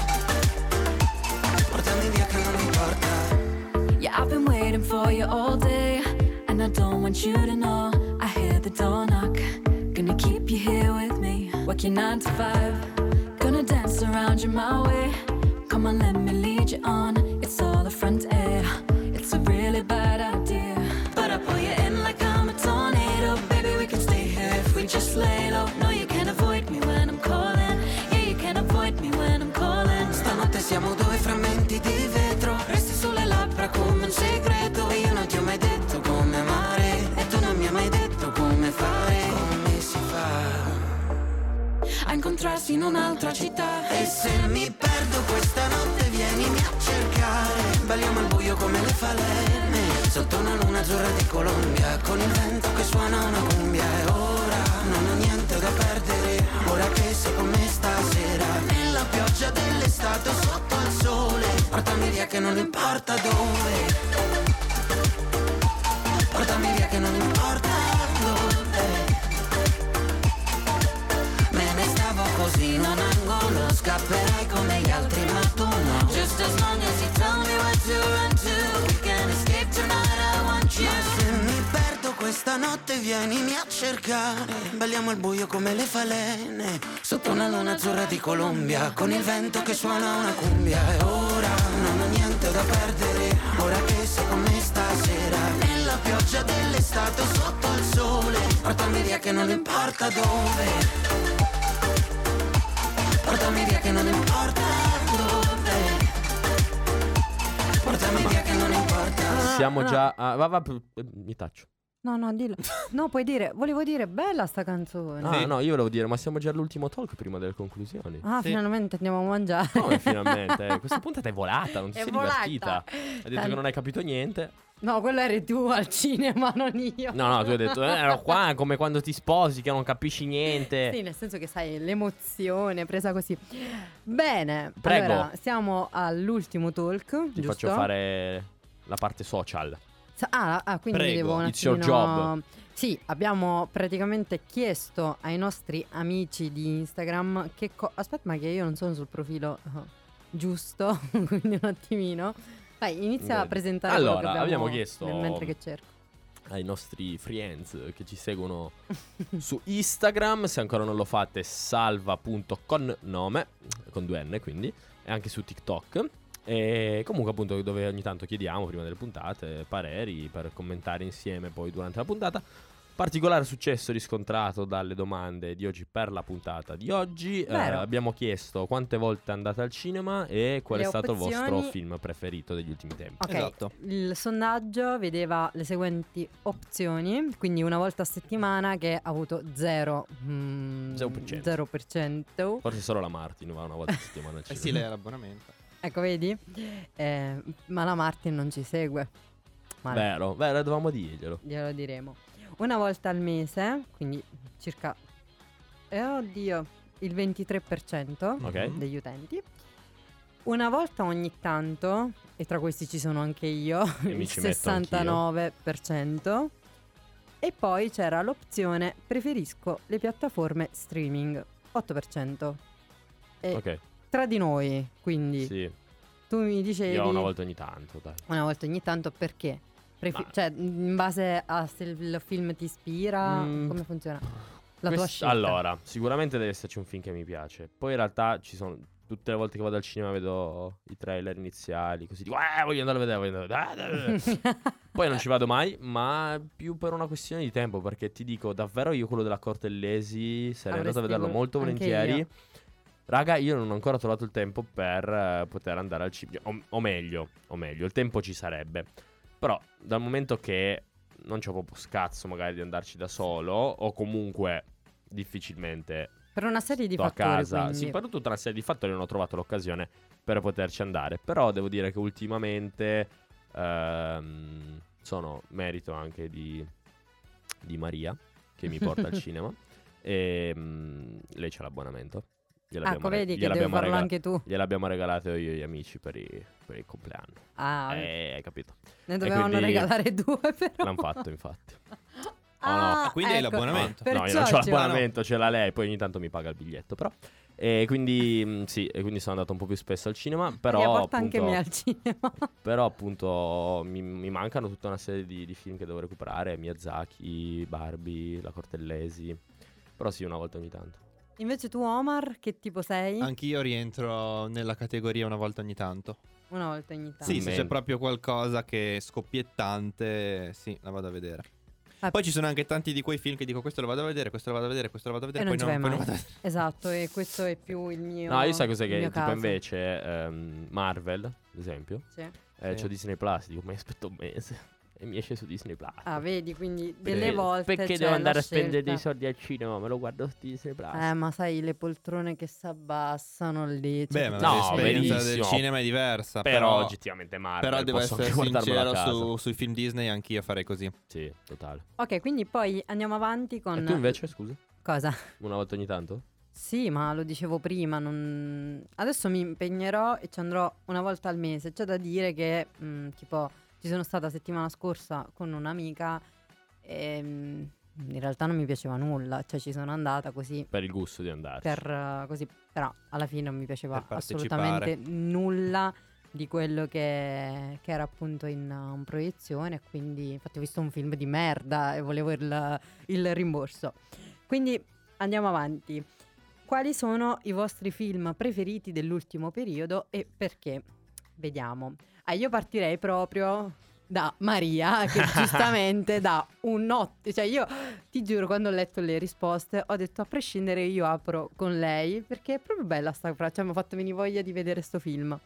Portami via che non importa. Yeah, I've been waiting for you all day, and I don't want you to know. I hear the door knock, gonna keep you here with me. Work your nine to five, gonna dance around you my way. Come on, let me lead you on. It's all the front air, it's a really bad idea, but I pull you in like I'm a tornado. Baby, we can stay here if we just lay low. No, you can't avoid me when I'm calling. Yeah, you can't avoid me when I'm calling. Stanotte siamo due frammenti di vetro. Resti sulle labbra come un segreto. E io non ti ho mai detto come amare. E tu non mi hai mai detto come fare. Come si fa a incontrarsi in un'altra città? E se mi perdo questa notte vienimi a cercare. Balliamo al buio come le falene sotto una luna azzurra di Colombia, con il vento che suona una cumbia. E ora non ho niente da perdere, ora che sei con me stasera. Nella pioggia dell'estate sotto al sole, portami via che non importa dove. Portami via che non importa dove. Me ne stavo così in un angolo, scapperai come gli altri ma tu no. Just as long as you tell me where to run to, we can escape tonight, I want you. Ma se mi perdo questa notte vienimi a cercare. Balliamo al buio come le falene sotto una luna azzurra di Colombia, con il vento che suona una cumbia. E ora non ho niente da perdere, ora che sei con me stasera. Nella pioggia dell'estate sotto il sole, portami via che non importa dove. Portami via che non importa dove. Portami via che non importa. Siamo no. già a... va, va, mi taccio. No, no, dillo. No, puoi dire, volevo dire, bella sta canzone. Ah, no, io volevo dire, ma siamo già all'ultimo talk prima delle conclusioni. Ah, Sì. finalmente andiamo a mangiare. Come finalmente? Eh, questa puntata è volata, non ti È sei volata. divertita. Hai detto Tan- che non hai capito niente. No, quello eri tu al cinema, non io. No, no, tu hai detto, eh, ero qua come quando ti sposi che non capisci niente. Sì, nel senso che sai, l'emozione presa così. Bene, Prego. allora, siamo all'ultimo talk, Ti giusto? faccio fare la parte social. Sa- Ah, ah, quindi Prego, devo un it's your attimino... job. Sì, abbiamo praticamente chiesto ai nostri amici di Instagram che co- aspetta, ma che io non sono sul profilo uh, giusto, quindi un attimino. Vai, inizia a Bene. presentare Allora, quello che abbiamo abbiamo chiesto- nel mentre che cerco. Ai nostri friends che ci seguono su Instagram, se ancora non lo fate, salva.connome con due N, quindi, e anche su TikTok. E comunque appunto dove ogni tanto chiediamo prima delle puntate pareri per commentare insieme poi durante la puntata. Particolare successo riscontrato dalle domande di oggi per la puntata di oggi. Eh, Vero. abbiamo chiesto quante volte andate al cinema e qual Le è stato il vostro opzioni- film preferito degli ultimi tempi. Ok, Esatto. il sondaggio vedeva le seguenti opzioni, quindi una volta a settimana che ha avuto zero mm, zero per cento. zero per cento. Forse solo la Martin va una volta a settimana al Eh cinema. sì, lei ha l'abbonamento. Ecco, vedi? Eh, ma la Martin non ci segue. Ma Vero, vero, dovevamo dirglielo. glielo diremo. Una volta al mese, quindi circa, eh, oddio, il ventitré per cento Ok. degli utenti. Una volta ogni tanto, e tra questi ci sono anche io, E mi il ci metto sessantanove per cento. E poi c'era l'opzione preferisco le piattaforme streaming. otto per cento. E Ok, tra di noi, quindi sì. tu mi dicevi Io una volta ogni tanto, dai. una volta ogni tanto perché? Prefi- Ma- Cioè, in base a se il film ti ispira, Mm. come funziona? La tua Quest- scelta. Allora, sicuramente deve esserci un film che mi piace. Poi in realtà ci sono tutte le volte che vado al cinema vedo i trailer iniziali, così dico, eh, voglio andare a vedere, voglio andare a vedere. Poi non ci vado mai, ma più per una questione di tempo, perché ti dico, davvero io quello della Cortellesi sarei andato a Avresti vederlo vol- molto anche volentieri. io. Raga, io non ho ancora trovato il tempo per eh, poter andare al cinema, o, o meglio, o meglio, il tempo ci sarebbe. Però dal momento che non c'ho proprio scazzo magari di andarci da solo, o comunque difficilmente Per una serie di sto a fattori, casa. quindi. Sì, per tutta una serie di fattori non ho trovato l'occasione per poterci andare. Però devo dire che ultimamente ehm, sono merito anche di, di Maria, che mi porta al cinema. E mm, lei c'ha l'abbonamento. Gliel'abbiamo Ecco, re- vedi che devi gliel'abbiamo farlo rega- anche tu. Gliel'abbiamo regalato io e gli amici per, i- per il compleanno. Ah, Eh, hai capito? ne dovevano quindi- regalare due però. L'hanno fatto, infatti. Ah, Ah, quindi hai ecco. l'abbonamento? No, io Perciò non c'ho ci- l'abbonamento, ce l'ha lei, poi ogni tanto mi paga il biglietto, però. E quindi, mh, sì, e quindi sono andato un po' più spesso al cinema, però Maria, porta anche appunto, me al cinema. però appunto mi, mi mancano tutta una serie di, di film che devo recuperare, Miyazaki, Barbie, La Cortellesi, però sì, una volta ogni tanto. Invece tu, Omar, che tipo sei? Anch'io rientro nella categoria una volta ogni tanto. Una volta ogni tanto. Sì, se Amen. c'è proprio qualcosa che è scoppiettante, sì, la vado a vedere. Ah, Poi ci sono anche tanti di quei film che dico questo lo vado a vedere, questo lo vado a vedere, questo lo vado a e vedere, non poi ci vai non, poi mai. non vado a vedere. Esatto, e questo è più il mio. No, io sai cos'è il che mio tipo caso. invece ehm, Marvel, ad esempio, Sì. eh, Sì. c'ho Disney Plus, dico ma aspetto un mese e mi esce su Disney Plus. Ah, vedi, quindi Perché- delle volte Perché c'è devo andare la a spendere scelta. dei soldi al cinema? Me lo guardo su Disney Plus. Eh, ma sai, le poltrone che si abbassano lì. Beh, cioè, ma tutte no, le l'esperienza del verissimo. cinema è diversa. però, Però, oggettivamente Marvel però devo posso essere anche guardarmelo a sincero casa. su, sui film Disney, anch'io farei così. Sì, totale. Ok, quindi poi andiamo avanti con. E tu invece, scusa? Cosa? Una volta ogni tanto? Sì, ma lo dicevo prima, non... adesso mi impegnerò e ci andrò una volta al mese. C'è da dire che, mh, tipo, ci sono stata settimana scorsa con un'amica e mh, in realtà non mi piaceva nulla. Cioè ci sono andata così Per il gusto di andarci. per uh, così, però alla fine non mi piaceva Per partecipare. assolutamente nulla di quello che, che era appunto in, uh, in proiezione. Quindi infatti ho visto un film di merda e volevo il, il rimborso. Quindi andiamo avanti. Quali sono i vostri film preferiti dell'ultimo periodo e perché? Vediamo. Ah, io partirei proprio da Maria, che giustamente dà un otto. Cioè io ti giuro, quando ho letto le risposte ho detto a prescindere io apro con lei, perché è proprio bella sta frase, cioè mi ha fatto venire voglia di vedere sto film.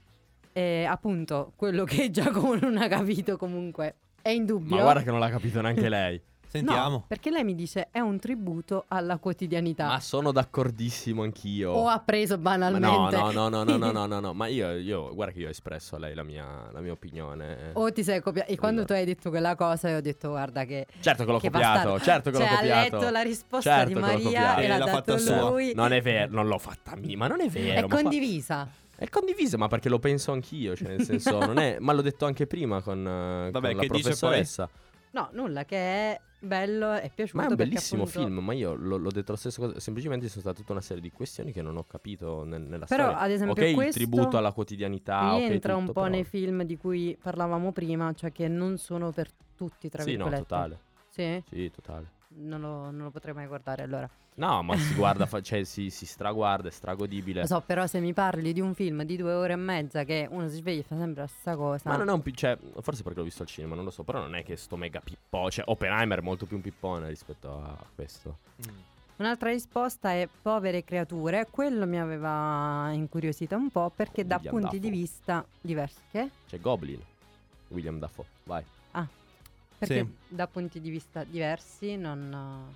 E appunto, quello che Giacomo non ha capito comunque è indubbio. Ma guarda che non l'ha capito neanche lei. Sentiamo. No, perché lei mi dice è un tributo alla quotidianità. Ma sono d'accordissimo anch'io. O ha preso Ma no, banalmente. no, no, no, no, no, no, no, no. Ma io, io, guarda che io ho espresso a lei la mia, la mia opinione. O ti sei copiato. E quando Esatto. tu hai detto quella cosa, io ho detto guarda che. Certo che l'ho che copiato, bastardo. certo che cioè, l'ho copiato. ha letto la risposta Certo di che l'ho Maria copiato. e E l'ha l'ha dato fatta sua. lui. Non è vero, non l'ho fatta mia, ma non è vero. È ma fa- condivisa. È condivisa, ma perché lo penso anch'io, cioè nel senso, non è. Ma l'ho detto anche prima con, eh, Vabbè, con la che dice professoressa. No, nulla, che è bello, è piaciuto. Ma è un perché bellissimo appunto- film, ma io l'ho, l'ho detto la stessa cosa. Semplicemente ci sono state tutta una serie di questioni che non ho capito nel- nella Però, storia. ad esempio, ok, il questo tributo alla quotidianità. ok, rientra un tutto, po' però- nei film di cui parlavamo prima, cioè che non sono per tutti, tra Sì, no, virgolette. totale. Sì? Sì, totale. Non lo, non lo potrei mai guardare allora. No, ma si guarda, fa- cioè si, si straguarda, è stragodibile. Lo so, però se mi parli di un film di due ore e mezza che uno si sveglia e fa sempre la stessa cosa. Ma non è un pi- cioè, forse perché l'ho visto al cinema, non lo so, però non è che sto mega pippone, cioè Oppenheimer è molto più un pippone rispetto a questo. Mm. Un'altra risposta è Povere creature. Quello mi aveva incuriosita un po' perché da William punti di Dafoe. vista diversi. Che? C'è Goblin, William Dafoe, vai. Perché Sì. da punti di vista diversi non...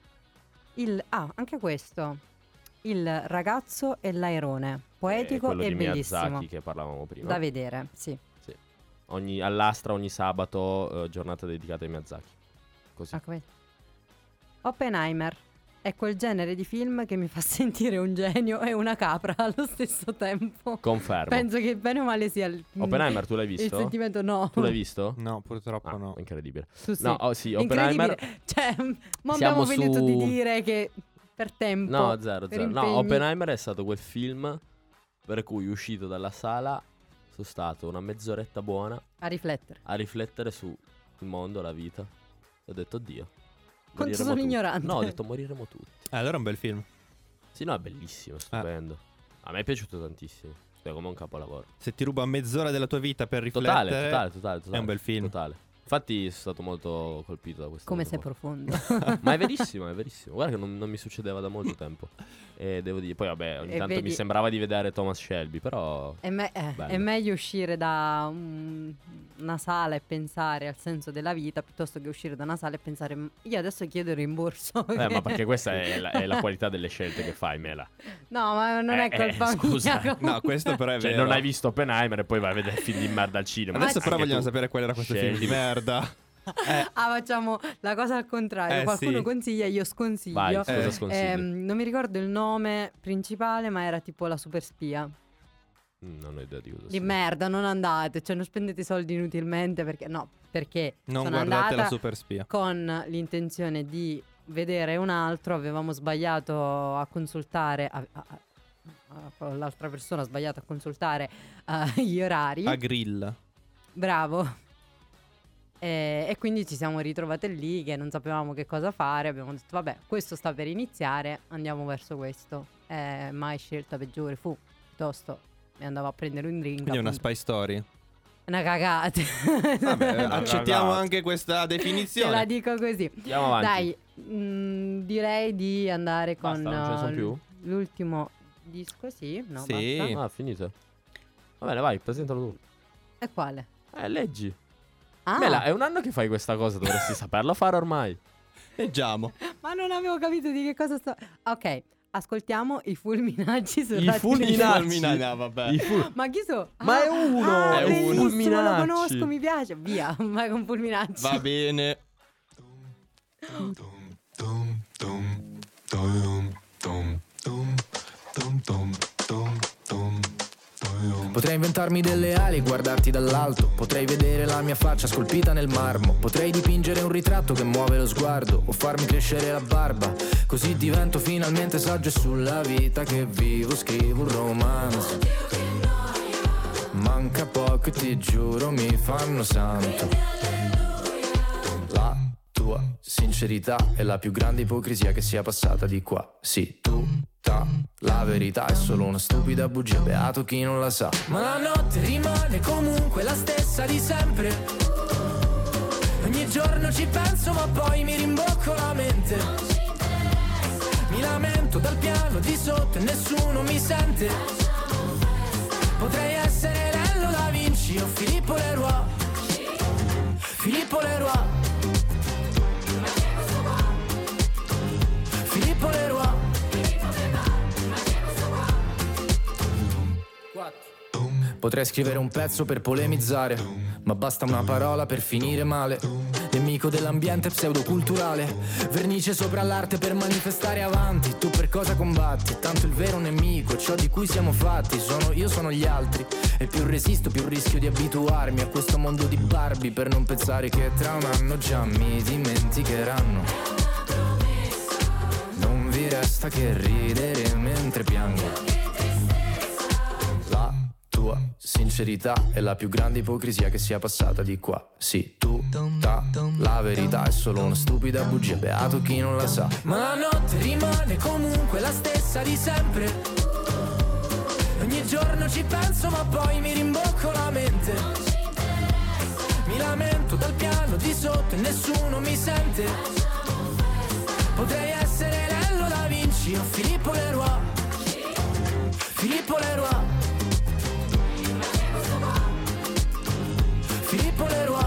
Il... Ah, anche questo. Il ragazzo e l'airone. Poetico Eh, quello e di bellissimo. Miyazaki che parlavamo prima. Da vedere, sì. Ogni, all'Astra ogni sabato, eh, giornata dedicata ai Miyazaki. Così. Ah, come- Oppenheimer. È quel genere di film che mi fa sentire un genio e una capra allo stesso tempo. Confermo. Penso che bene o male sia il, Oppenheimer tu l'hai il visto? sentimento no. Tu l'hai visto? No, purtroppo Ah, no. incredibile. Tu sì. No, oh, sì, Oppenheimer. Incredibile. Cioè, ma Siamo abbiamo finito su- di dire che per tempo. No, zero, per zero. No, impegni. Oppenheimer è stato quel film per cui, uscito dalla sala, sono stato una mezz'oretta buona A riflettere. a riflettere sul mondo, la vita. E ho detto, oddio. Quanto moriremo sono tutti. ignorante. No, ho detto moriremo tutti. Eh, allora è un bel film. Sì, no, è bellissimo, stupendo. A me è piaciuto tantissimo. È come un capolavoro. Se ti ruba mezz'ora della tua vita per riflettere, Totale, totale, totale, totale. è un bel film. Totale. Infatti sono stato molto colpito da questo. Come cosa sei qua. profondo. Ma è verissimo, è verissimo. Guarda che non, non mi succedeva da molto tempo. E devo dire, poi vabbè, ogni E tanto vedi- mi sembrava di vedere Thomas Shelby, però È, me- eh, Bello. è meglio uscire da un- una sala e pensare al senso della vita piuttosto che uscire da una sala e pensare "M- io adesso chiedo il rimborso". eh, ma perché questa è la, è la qualità delle scelte che fai, Mela. No, ma non è Eh, colpa eh, mia. scusa. comunque. No, questo però è Cioè, vero. non hai visto Oppenheimer e poi vai a vedere film di merda al cinema. Adesso Anche però vogliamo tu. sapere qual era questo film Scegli. di merda. Eh, Ah, facciamo la cosa al contrario. Eh, Qualcuno sì. consiglia, io sconsiglio. Vai, cosa Eh, sconsigli? Ehm, non mi ricordo il nome principale, ma era tipo la super spia. Mm, non ho idea di cosa Di sia. merda, non andate, cioè non spendete i soldi inutilmente perché no, perché non sono guardate andata la super spia. con l'intenzione di vedere un altro, avevamo sbagliato a consultare a- a- a- a- l'altra persona ha sbagliato a consultare eh, gli orari. A grill. Bravo. E, e quindi ci siamo ritrovate lì che non sapevamo che cosa fare. Abbiamo detto vabbè, questo sta per iniziare, andiamo verso questo. Eh, mai scelta peggiore fu piuttosto mi andavo a prendere un drink. Quindi è una appunto. spy story. Una cagata. Vabbè, Una accettiamo cagata. anche questa Te la definizione. dico così. Andiamo avanti. Dai, mh, direi di andare con Basta, non ce ne sono uh, più? l'ultimo disco, sì, no, Sì. basta. Ah, finito. Va bene, vai, presentalo tu. E quale? Eh, leggi. Ah, Mela, è un anno che fai questa cosa, dovresti saperlo fare ormai. Leggiamo. ma non avevo capito di che cosa sto. Ok, ascoltiamo i fulminacci su I Radio fulminacci. Fulmina- no, vabbè. I fu- Ma chi so? Ma Ah, è uno, ah, è bellissimo, uno. lo Fulminacci. conosco, mi piace. Via, vai con fulminacci. Va bene. Potrei inventarmi delle ali e guardarti dall'alto. Potrei vedere la mia faccia scolpita nel marmo. Potrei dipingere un ritratto che muove lo sguardo o farmi crescere la barba. Così divento finalmente saggio e sulla vita che vivo scrivo un romanzo. Manca poco e ti giuro mi fanno santo. La tua sincerità è la più grande ipocrisia che sia passata di qua. Sì, tutta la verità è solo una stupida bugia, beato chi non la sa. Ma la notte rimane comunque la stessa di sempre. Ogni giorno ci penso ma poi mi rimbocco la mente. Mi lamento dal piano di sotto e nessuno mi sente. Potrei essere Lello da Vinci o Filippo Leroy. Filippo Leroy. Filippo Leroy. Potrei scrivere un pezzo per polemizzare, ma basta una parola per finire male. Nemico dell'ambiente pseudoculturale, vernice sopra l'arte per manifestare avanti. Tu per cosa combatti? Tanto il vero nemico, ciò di cui siamo fatti. Sono io, sono gli altri. E più resisto, più rischio di abituarmi a questo mondo di Barbie, per non pensare che tra un anno già mi dimenticheranno. Non vi resta che ridere mentre piango. La tua sincerità è la più grande ipocrisia che sia passata di qua. Sì, tutta la verità è solo una stupida bugia, beato chi non la sa. Ma la notte rimane comunque la stessa di sempre. Ogni giorno ci penso ma poi mi rimbocco la mente. Mi lamento dal piano di sotto e nessuno mi sente. Potrei essere Lello da Vinci o Filippo Leroy. Filippo Leroy. Filippo Leroy.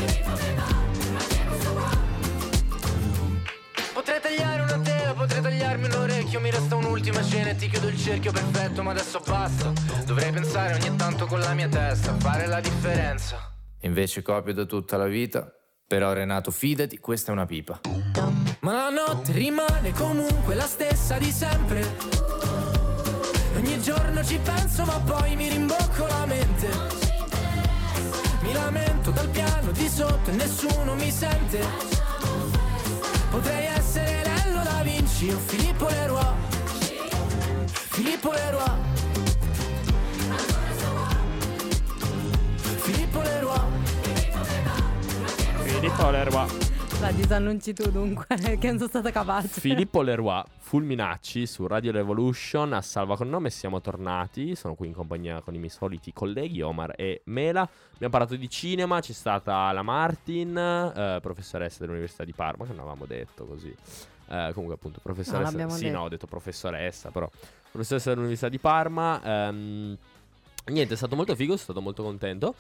Potrei tagliare una tela, potrei tagliarmi l'orecchio. Mi resta un'ultima scena e ti chiudo il cerchio perfetto, ma adesso basta. Dovrei pensare ogni tanto con la mia testa, fare la differenza. Invece copio da tutta la vita. Però Renato, fidati, questa è una pipa. Ma la notte rimane comunque la stessa di sempre. Ogni giorno ci penso ma poi mi rimbocco la mente. Mi lamento dal piano di sotto e nessuno mi sente. Potrei essere Lello da Vinci Gio Filippo Leroy, Filippo Leroy, Filippo Leroy, Filippo Leroy. La disannunci tu dunque, che non sono stata capace. Filippo Leroy, Fulminacci su Radio Revolution. A Salva con nome siamo tornati. Sono qui in compagnia con i miei soliti colleghi Omar e Mela. Abbiamo parlato di cinema. C'è stata la Martin, eh, professoressa dell'Università di Parma, che non avevamo detto così. Eh, comunque appunto professoressa. No, sì, detto. no, ho detto professoressa, però professoressa dell'Università di Parma. Ehm, niente, è stato molto figo, sono stato molto contento.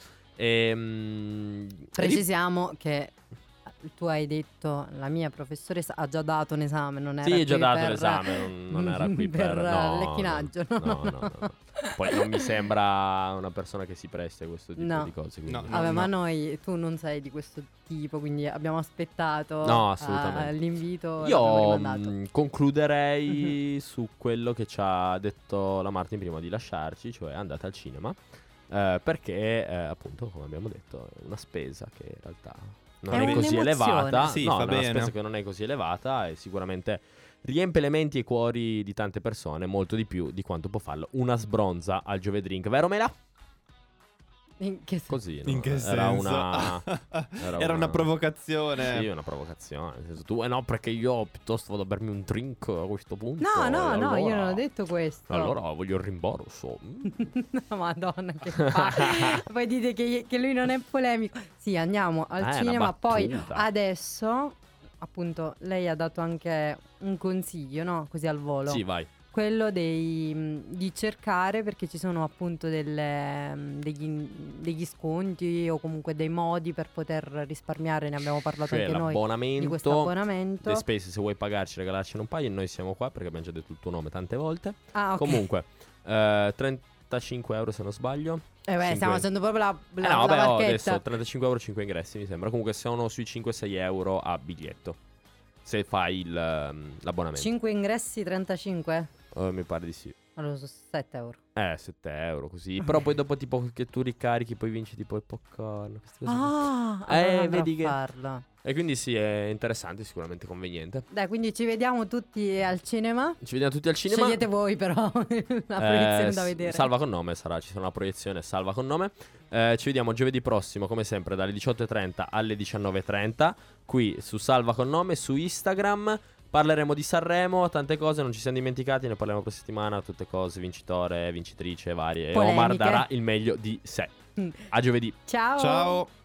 E, Precisiamo che tu hai detto la mia professoressa ha già dato un esame, non era sì, qui già dato per... l'esame, non, non era qui per, per no, lecchinaggio. No, No, no, no, no, no. Poi non mi sembra una persona che si presti a questo tipo No. di cose. No, no. Vabbè, ma noi, tu non sei di questo tipo, quindi abbiamo aspettato No, assolutamente. eh, l'invito. l'abbiamo Io rimandato. mh, concluderei su quello che ci ha detto la Martin prima di lasciarci, cioè andate al cinema, eh, perché eh, appunto, come abbiamo detto, è una spesa che in realtà non È è, così un'emozione. elevata. Sì, no, fa è una bene. spesa che non è così elevata e sicuramente riempie le menti e i cuori di tante persone molto di più di quanto può farlo una sbronza al Giove Drink, vero Mela? In che senso? Così, no? In che era senso? Una, Era una provocazione. Sì, una provocazione. Nel senso, tu, eh no, perché io piuttosto vado a bermi un drink a questo punto. No, no, e no, io allora- non ho detto questo. Allora voglio il rimborso. No, Madonna, che fa. Poi dite che, che lui non è polemico. Sì, andiamo al Eh, è una cinema. Poi battuta. adesso, appunto, lei ha dato anche un consiglio, no? Così al volo. Sì, vai. Quello dei, mh, di cercare, perché ci sono appunto delle, mh, degli, degli sconti o comunque dei modi per poter risparmiare. Ne abbiamo parlato Cioè anche noi di questo l'abbonamento. abbonamento. Le spese, se vuoi pagarci, regalarcene un paio. E noi siamo qua perché abbiamo già detto il tuo nome tante volte. Ah, ok. Comunque, eh, trentacinque euro se non sbaglio. Eh beh, cinque- stiamo facendo proprio la, la, Eh no, la vabbè, oh, barchetta. adesso trentacinque euro, cinque ingressi mi sembra. Comunque sono sui cinque sei euro a biglietto, se fai il, ehm, l'abbonamento. cinque ingressi, trentacinque? Eh, mi pare di sì. Allora sono sette euro. Eh, sette euro così. Però poi dopo tipo che tu ricarichi poi vinci tipo il popcorn, queste cose. Ah, Eh, allora andrò vedi a che- farla. E quindi sì, è interessante, sicuramente conveniente. Dai, quindi ci vediamo tutti al cinema. Ci vediamo tutti al cinema. Scegliete voi però la Eh, proiezione da s- vedere. Salva con nome sarà, ci sarà una proiezione salva con nome. Eh, ci vediamo giovedì prossimo, come sempre, dalle diciotto e trenta alle diciannove e trenta, qui su Salva con nome, su Instagram. Parleremo di Sanremo, tante cose, non ci siamo dimenticati, ne parleremo per settimana, tutte cose, vincitore, vincitrice, varie. E Polemiche. Omar darà il meglio di sé. Mm. A giovedì. Ciao. Ciao.